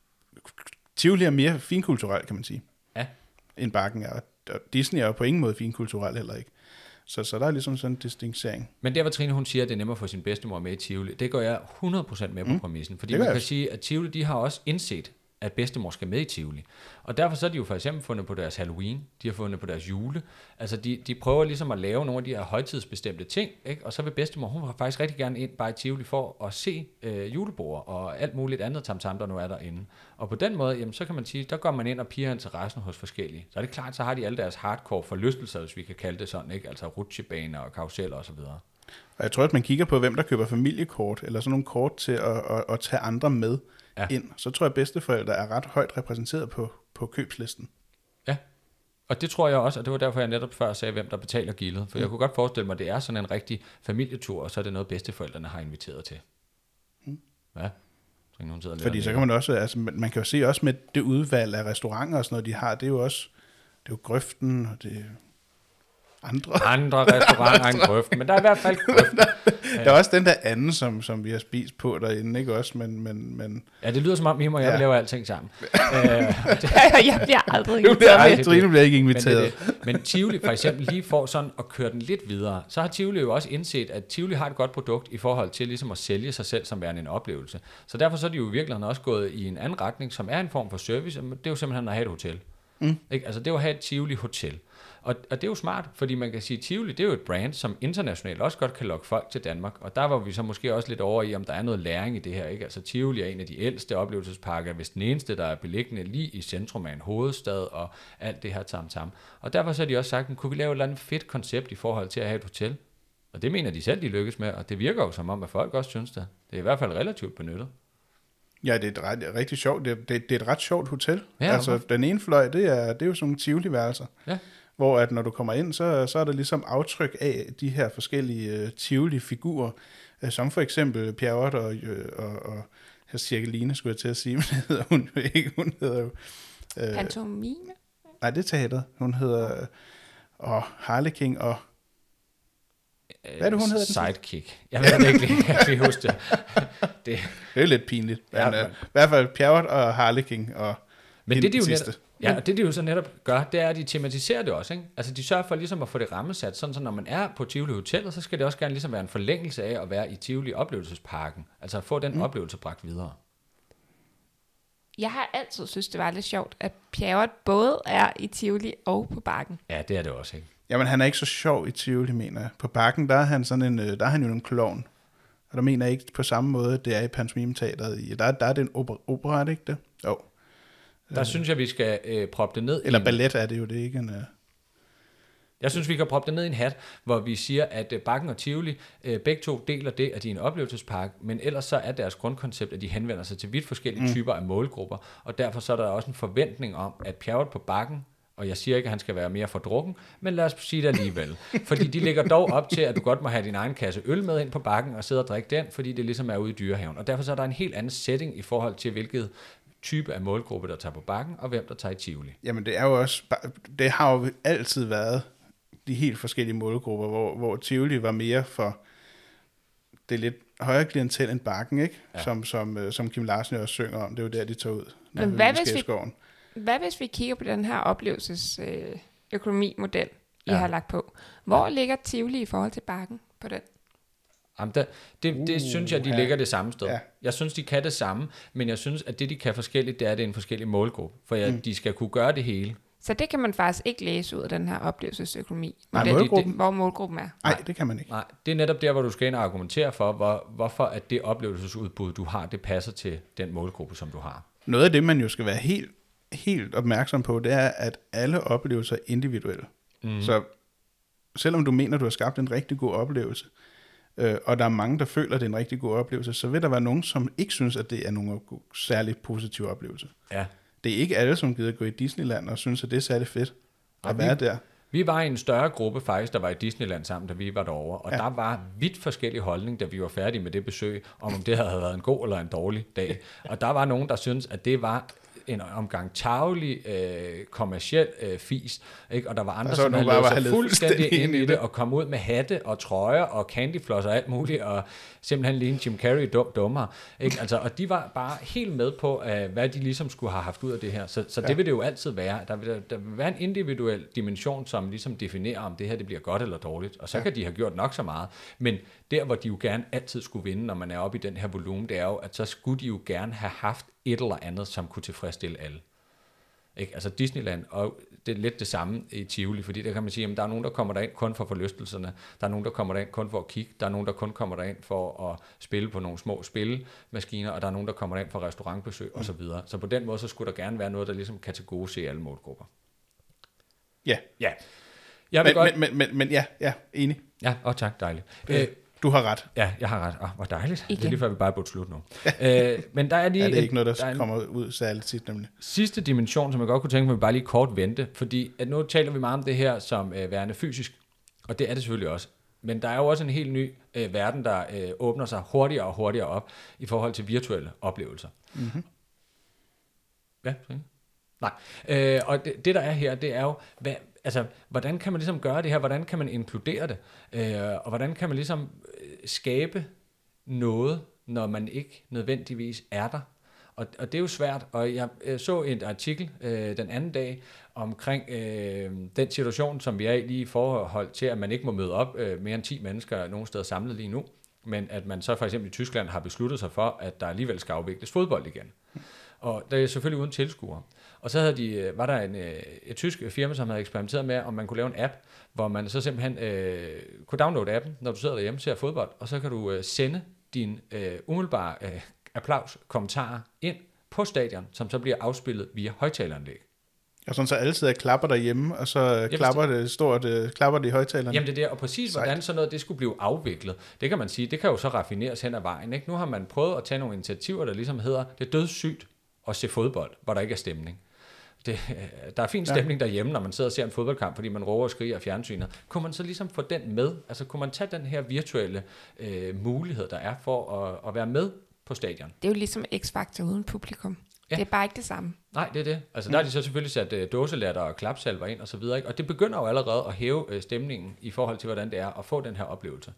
Tivoli er mere finkulturel, kan man sige, ja. end Bakken er. Og Disney er jo på ingen måde finkulturel heller ikke. Så, så der er ligesom sådan en distinksering. Men der, hvor Trine hun siger, at det er nemmere for sin bedstemor med i Tivoli, det går jeg hundrede procent med på mm. præmissen. Fordi man kan jeg. sige, at Tivoli, de har også indset, at bedstemor skal med i Tivoli. Og derfor så er de jo for eksempel fundet på deres Halloween, de har fundet på deres jule. Altså de, de prøver ligesom at lave nogle af de her højtidsbestemte ting, ikke? Og så vil bedstemor, hun vil faktisk rigtig gerne ind bare i Tivoli for at se øh, julebord og alt muligt andet tamtam, der nu er derinde. Og på den måde, jamen, så kan man sige, der går man ind og piger interessen hos forskellige. Så er det klart, så har de alle deres hardcore forlystelser, hvis vi kan kalde det sådan, ikke? Altså rutsjebaner og karuseller og så videre. Og jeg tror, at man kigger på, hvem der køber familiekort, eller sådan nogle kort til at, at, at tage andre med ja. ind, så tror jeg, at bedsteforældre er ret højt repræsenteret på, på købslisten. Ja, og det tror jeg også, og det var derfor, jeg netop før sagde, hvem der betaler gildet. For mm. jeg kunne godt forestille mig, at det er sådan en rigtig familietur, og så er det noget, bedsteforældrene har inviteret til. Mm. Ja. Så nogen sidder Fordi så kan man også, altså man kan jo se også med det udvalg af restauranter og sådan noget, de har, det er jo også, det er jo Grøften, og det andre. Andre restauranter end Grøften, men der er i hvert fald Grøften. Der er også den der anden, som, som vi har spist på derinde, ikke også? Men, men, men... Ja, det lyder som om, Mim og jeg ja. laver alting sammen. Jeg bliver aldrig inviteret. Trine bliver ikke inviteret. Men, det, men Tivoli for eksempel lige får sådan at køre den lidt videre. Så har Tivoli jo også indset, at Tivoli har et godt produkt i forhold til ligesom at sælge sig selv som værende en oplevelse. Så derfor så er de jo i virkeligheden også gået i en anden retning, som er en form for service. Det er jo simpelthen at have et hotel. Mm. Ikke? Altså det er jo at have et Tivoli hotel. Og, og det er jo smart, fordi man kan sige, at Tivoli, det er jo et brand, som internationalt også godt kan lokke folk til Danmark. Og der var vi så måske også lidt over i, om der er noget læring i det her. Ikke? Altså Tivoli er en af de ældste oplevelsesparker, hvis den eneste, der er beliggende lige i centrum af en hovedstad og alt det her tam-tam. Og derfor så har de også sagt, at kunne vi lave et eller andet fedt koncept i forhold til at have et hotel? Og det mener de selv, de lykkes med, og det virker jo som om, at folk også synes det. Det er i hvert fald relativt benyttet. Ja, det er et ret, rigtig sjovt. Det er, det, det er et ret sjovt hotel. Ja, altså, hvorfor? den ene fløj, det er, det er jo sådan nogle Tivoli-værelser. Ja. Hvor at når du kommer ind, så, så er der ligesom aftryk af de her forskellige uh, Tivoli-figurer, uh, som for eksempel Pierrot og, uh, og, og her Cirkeline, skulle jeg til at sige, men det hedder hun jo ikke. Hun hedder jo... Uh, Pantomime? Nej, det er teateret. Hun hedder... Og uh, Harlekin og... Hvad er det, hun hedder? Sidekick. Jeg ved det ikke, jeg kan ikke huske det. det. Det er lidt pinligt. Ja, men, uh, I hvert fald Pierrot og Harlekin og men det, de jo sidste. Netop, ja, og det de jo så netop gør, det er, at de tematiserer det også. Ikke? Altså de sørger for ligesom at få det rammesat, sådan så når man er på Tivoli Hotellet, så skal det også gerne ligesom være en forlængelse af at være i Tivoli Oplevelsesparken. Altså at få den mm. oplevelse bragt videre. Jeg har altid synes det var lidt sjovt, at Pierrot både er i Tivoli og på Bakken. Ja, det er det også, ikke? Jamen han er ikke så sjov i Tivoli, mener jeg. På Bakken, der er han sådan en, der er han jo en klovn. Og der mener jeg ikke på samme måde, det er i pantomime-teateret. Der, der er det en opera, opera ikke det? Jo. Der øh. synes jeg, vi skal øh, proppe det ned. Eller i en, ballet er det jo, det er ikke en... Uh... Jeg synes, vi kan proppe det ned i en hat, hvor vi siger, at øh, Bakken og Tivoli, øh, begge to deler det, at de er en oplevelsespark, men ellers så er deres grundkoncept, at de henvender sig til vidt forskellige mm. typer af målgrupper, og derfor så er der også en forventning om, at Pierrot på Bakken Og jeg siger ikke, at han skal være mere fordrukken, men lad os sige det alligevel. Fordi de lægger dog op til, at du godt må have din egen kasse øl med ind på bakken og sidde og drikke den, fordi det ligesom er ude i Dyrehaven. Og derfor så er der en helt anden setting i forhold til, hvilket type af målgruppe, der tager på bakken, og hvem der tager i Tivoli. Jamen det er jo også, det har jo altid været de helt forskellige målgrupper, hvor, hvor Tivoli var mere for det lidt højere klientel end bakken, ikke? Ja. Som, som, som Kim Larsen også synger om. Det er jo der, de tager ud. Men hvad hvis, vi, hvad hvis vi kigger på den her oplevelsesøkonomimodel, I ja. har lagt på? Hvor ja. ligger Tivoli i forhold til bakken på den? Jamen, der, det, det uh, synes jeg, de ja. ligger det samme sted. Ja. Jeg synes, de kan det samme, men jeg synes, at det, de kan forskelligt, det er, det er en forskellig målgruppe. For jeg, mm. de skal kunne gøre det hele. Så det kan man faktisk ikke læse ud af den her oplevelsesøkonomi, Nej, den, målgruppen. hvor målgruppen er. Nej, det kan man ikke. Nej, det er netop der, hvor du skal ind og argumentere for, hvor, hvorfor at det oplevelsesudbud, du har, det passer til den målgruppe, som du har. Noget af det, man jo skal være helt, helt opmærksom på, det er, at alle oplevelser er individuelle. Mm. Så selvom du mener, du har skabt en rigtig god oplevelse, øh, og der er mange, der føler, at det er en rigtig god oplevelse, så vil der være nogen, som ikke synes, at det er nogen særligt positiv oplevelse. Ja. Det er ikke alle, som gider gå i Disneyland og synes, at det er særlig fedt at være der. Vi var i en større gruppe faktisk, der var i Disneyland sammen, da vi var derovre, og ja. der var vidt forskellige holdning, da vi var færdige med det besøg, om om det havde været en god eller en dårlig dag. Og der var nogen, der syntes, at det var en omgang tarvelig, øh, kommerciel øh, fis, ikke? Og der var andre, som havde lavet sig fuldstændig ind i det, og kom ud med hatte og trøjer og candyfloss og alt muligt, og simpelthen lige en Jim Carrey dum dummer, ikke? Altså, og de var bare helt med på, øh, hvad de ligesom skulle have haft ud af det her. Så, så det ja. vil det jo altid være. Der vil, der, der vil være en individuel dimension, som ligesom definerer, om det her det bliver godt eller dårligt, og så ja. kan de have gjort nok så meget. Men der, hvor de jo gerne altid skulle vinde, når man er oppe i den her volumen, det er jo, at så skulle de jo gerne have haft et eller andet, som kunne tilfredsstille alle. Ikke? Altså Disneyland, og det er lidt det samme i Tivoli, fordi der kan man sige, at der er nogen, der kommer derind kun for forlystelserne, der er nogen, der kommer derind kun for at kigge, der er nogen, der kun kommer derind for at spille på nogle små spillemaskiner, og der er nogen, der kommer derind for restaurantbesøg mm. osv. Så, så på den måde, så skulle der gerne være noget, der ligesom kan tilgodese alle målgrupper. Ja. Ja. Jeg men, godt... men, men, men, men ja, ja, enig. Ja, og tak, dejligt. Øh, Du har ret. Ja, jeg har ret. Åh, oh, hvor dejligt. Igen. Det er lige før, vi bare burde slutte nu. øh, men der er lige... Ja, det er en, ikke noget, der, der en, kommer ud særligt tit, nemlig. Sidste dimension, som jeg godt kunne tænke mig, vi bare lige kort vente, fordi at nu taler vi meget om det her som øh, værende fysisk, og det er det selvfølgelig også. Men der er jo også en helt ny øh, verden, der øh, åbner sig hurtigere og hurtigere op i forhold til virtuelle oplevelser. Mm-hmm. Ja, nej. Øh, og det, det, der er her, det er jo... Hvad, altså, hvordan kan man ligesom gøre det her? Hvordan kan man inkludere det? Øh, og hvordan kan man ligesom skabe noget, når man ikke nødvendigvis er der? Og, og det er jo svært, og jeg så et artikel øh, den anden dag omkring øh, den situation, som vi er i lige i forhold til, at man ikke må møde op øh, mere end ti mennesker nogen steder samlet lige nu, men at man så for eksempel i Tyskland har besluttet sig for, at der alligevel skal afvikles fodbold igen. Og det er selvfølgelig uden tilskuere. Og så havde de, var der en, et tysk firma, som havde eksperimenteret med, om man kunne lave en app, hvor man så simpelthen øh, kunne downloade appen, når du sidder derhjemme og ser fodbold, og så kan du øh, sende din øh, umiddelbare øh, applaus, kommentarer ind på stadion, som så bliver afspillet via højtaleranlæg. Og sådan så alle sidder og klapper derhjemme, og så Jamen, klapper det stort, øh, klapper det i højtalerne. Jamen det der, og præcis Sejt. hvordan sådan noget det skulle blive afviklet, det kan man sige, det kan jo så raffineres hen ad vejen. Ikke? Nu har man prøvet at tage nogle initiativer, der ligesom hedder, det er dødssygt at se fodbold, hvor der ikke er stemning. Det, der er fin stemning ja. derhjemme, når man sidder og ser en fodboldkamp, fordi man råber og skriger af fjernsynet. Kunne man så ligesom få den med? Altså kunne man tage den her virtuelle øh, mulighed, der er for at, at være med på stadion? Det er jo ligesom X-Factor uden publikum. Ja. Det er bare ikke det samme. Nej, det er det. Altså der har de så selvfølgelig sat uh, dåselatter og klapsalver ind og så videre, ikke? Og det begynder jo allerede at hæve uh, stemningen i forhold til, hvordan det er at få den her oplevelse.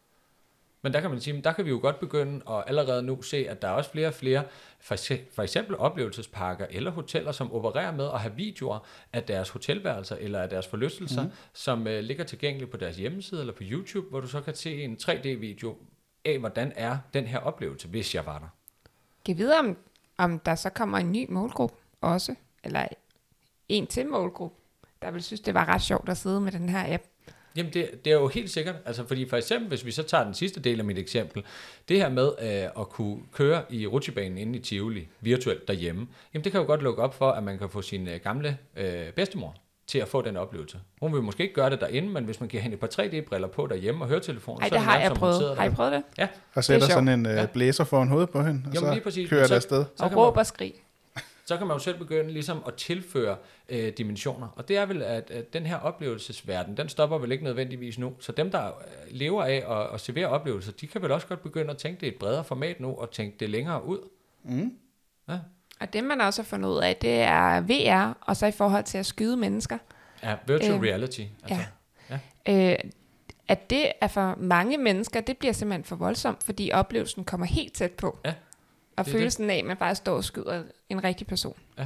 Men der kan man sige, der kan vi jo godt begynde at allerede nu se, at der er også flere og flere, for eksempel oplevelsesparker eller hoteller, som opererer med at have videoer af deres hotelværelser eller af deres forlystelser, mm. som uh, ligger tilgængeligt på deres hjemmeside eller på YouTube, hvor du så kan se en tre D-video af, hvordan er den her oplevelse, hvis jeg var der. Kan vide, om, om der så kommer en ny målgruppe også, eller en til målgruppe, der vil synes, det var ret sjovt at sidde med den her app. Jamen det, det er jo helt sikkert, altså fordi for eksempel, hvis vi så tager den sidste del af mit eksempel, det her med øh, at kunne køre i rutsjebanen inde i Tivoli, virtuelt derhjemme, jamen det kan jo godt lukke op for, at man kan få sin øh, gamle øh, bedstemor til at få den oplevelse. Hun vil måske ikke gøre det derinde, men hvis man giver hende et par tre D-briller på derhjemme og høretelefoner, Ej, så det er har jeg prøvet. Har I prøvet det? Ja. Og sætter sådan en øh, blæser foran hovedet på hende, og jamen, så lige præcis. kører så, der afsted. Og råb og skrig. så kan man jo selv begynde ligesom at tilføre øh, dimensioner. Og det er vel, at, at den her oplevelsesverden, den stopper vel ikke nødvendigvis nu. Så dem, der lever af at, at servere oplevelser, de kan vel også godt begynde at tænke det i et bredere format nu, og tænke det længere ud. Mm. Ja. Og det, man også har fundet ud af, det er V R, og så i forhold til at skyde mennesker. Ja, virtual Øh, reality. Altså. Ja. ja. Øh, at det er for mange mennesker, det bliver simpelthen for voldsomt, fordi oplevelsen kommer helt tæt på. Ja, og det er følelsen af, at man bare står og skyder en rigtig person. Ja.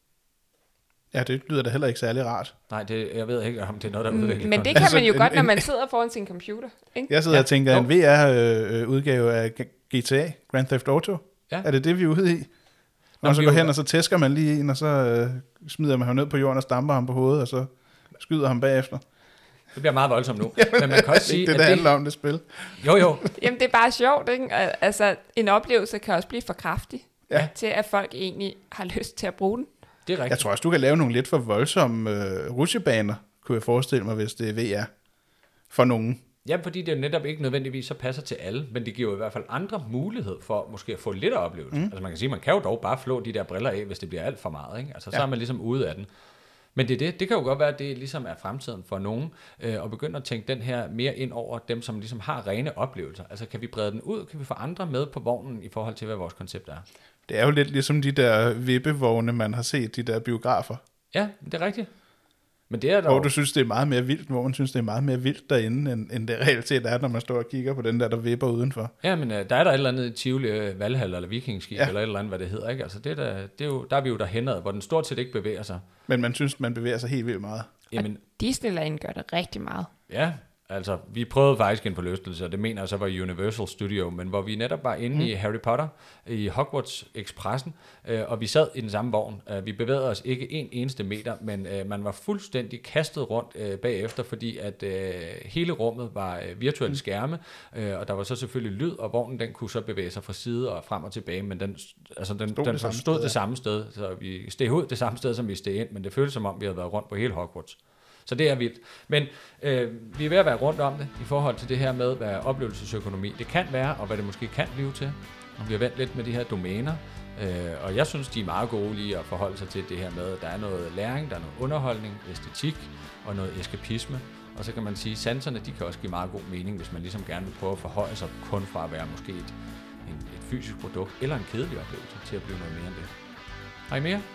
Ja, det lyder da heller ikke særlig rart. Nej, det, jeg ved ikke, om det er noget, der er Mm, udviklet. Men det kan Altså, man jo en- godt, når en- man sidder foran sin computer. Ikke? Jeg sidder Ja. og tænker, Jo. en V R-udgave af G T A, Grand Theft Auto. Ja. Er det det, vi er ude i? Nå, Og så vi går er jo- hen, og så tæsker man lige en, og så øh, smider man ham ned på jorden og stamper ham på hovedet, og så skyder ham bagefter. Det bliver meget voldsomt nu. Men man kan også Det er sige, ikke det, at der det... handler om det spil. Jo, jo. Jamen, det er bare sjovt, ikke? Al- Altså, en oplevelse kan også blive for kraftig, Ja. til at folk egentlig har lyst til at bruge den. Det er rigtigt. Jeg tror også, du kan lave nogle lidt for voldsomme øh, rutsjebaner, kunne jeg forestille mig, hvis det er V R. For nogen. Ja, fordi det jo netop ikke nødvendigvis så passer til alle, men det giver jo i hvert fald andre mulighed for måske at få lidt af oplevelse. Mm. Altså man kan sige, man kan jo dog bare flå de der briller af, hvis det bliver alt for meget, ikke? Altså så Ja. er man ligesom ude af den. Men det, er det, det kan jo godt være, at det ligesom er fremtiden for nogen, øh, at begynde at tænke den her mere ind over dem, som ligesom har rene oplevelser. Altså kan vi brede den ud? Kan vi få andre med på vognen i forhold til, hvad vores koncept er? Det er jo lidt ligesom de der vippevogne, man har set, de der biografer. Ja, det er rigtigt. Men det er Hvor dog... du synes, det er meget mere vildt, hvor man synes, det er meget mere vildt derinde, end, end det reelt set er, når man står og kigger på den der, der vipper udenfor. Ja, men øh, der er der et eller andet i Tivoli, øh, Valhall eller Vikingskib, Ja. ja. eller et eller andet, hvad det hedder, ikke? Altså det er der, det er jo, der er vi jo derhen ad, hvor den stort set ikke bevæger sig. Men man synes, man bevæger sig helt vildt meget. Jamen, Disneyland gør det rigtig meget. ja, altså vi prøvede faktisk en forlystelse, og det mener jeg så var Universal Studio, men hvor vi netop var inde mm. i Harry Potter, i Hogwarts Expressen, øh, og vi sad i den samme vogn. Øh, vi bevægede os ikke en eneste meter, men øh, man var fuldstændig kastet rundt øh, bagefter, fordi at øh, hele rummet var øh, virtuelle skærme, øh, og der var så selvfølgelig lyd, og vognen den kunne så bevæge sig fra side og frem og tilbage, men den, altså, den, Stod den det samme stod sted, det ja. samme sted, så vi steg ud det samme sted, som vi steg ind, men det føltes som om, vi havde været rundt på hele Hogwarts. Så det er vildt. Men øh, vi er ved at være rundt om det, i forhold til det her med, hvad oplevelsesøkonomi det kan være, og hvad det måske kan blive til. Og vi har vendt lidt med de her domæner, øh, og jeg synes, de er meget gode lige at forholde sig til det her med, at der er noget læring, der er noget underholdning, æstetik og noget eskapisme. Og så kan man sige, at sanserne, de kan også give meget god mening, hvis man ligesom gerne vil prøve at forhøje sig kun fra at være måske et, en, et fysisk produkt, eller en kedelig oplevelse, til at blive noget mere end det. Har I mere?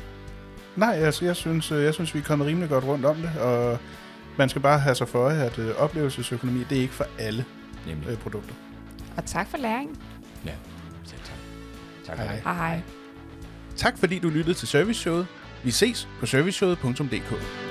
Nej, altså, jeg, synes, øh, jeg synes, vi er kommet rimelig godt rundt om det, og man skal bare have sig for øje, at øh, oplevelsesøkonomi, det er ikke for alle Nemlig. øh, produkter. Og tak for læringen. Ja, selv tak. Tak for Hej. det. Hej hej. Tak fordi du lyttede til Serviceshowet. Vi ses på serviceshowet punktum d k.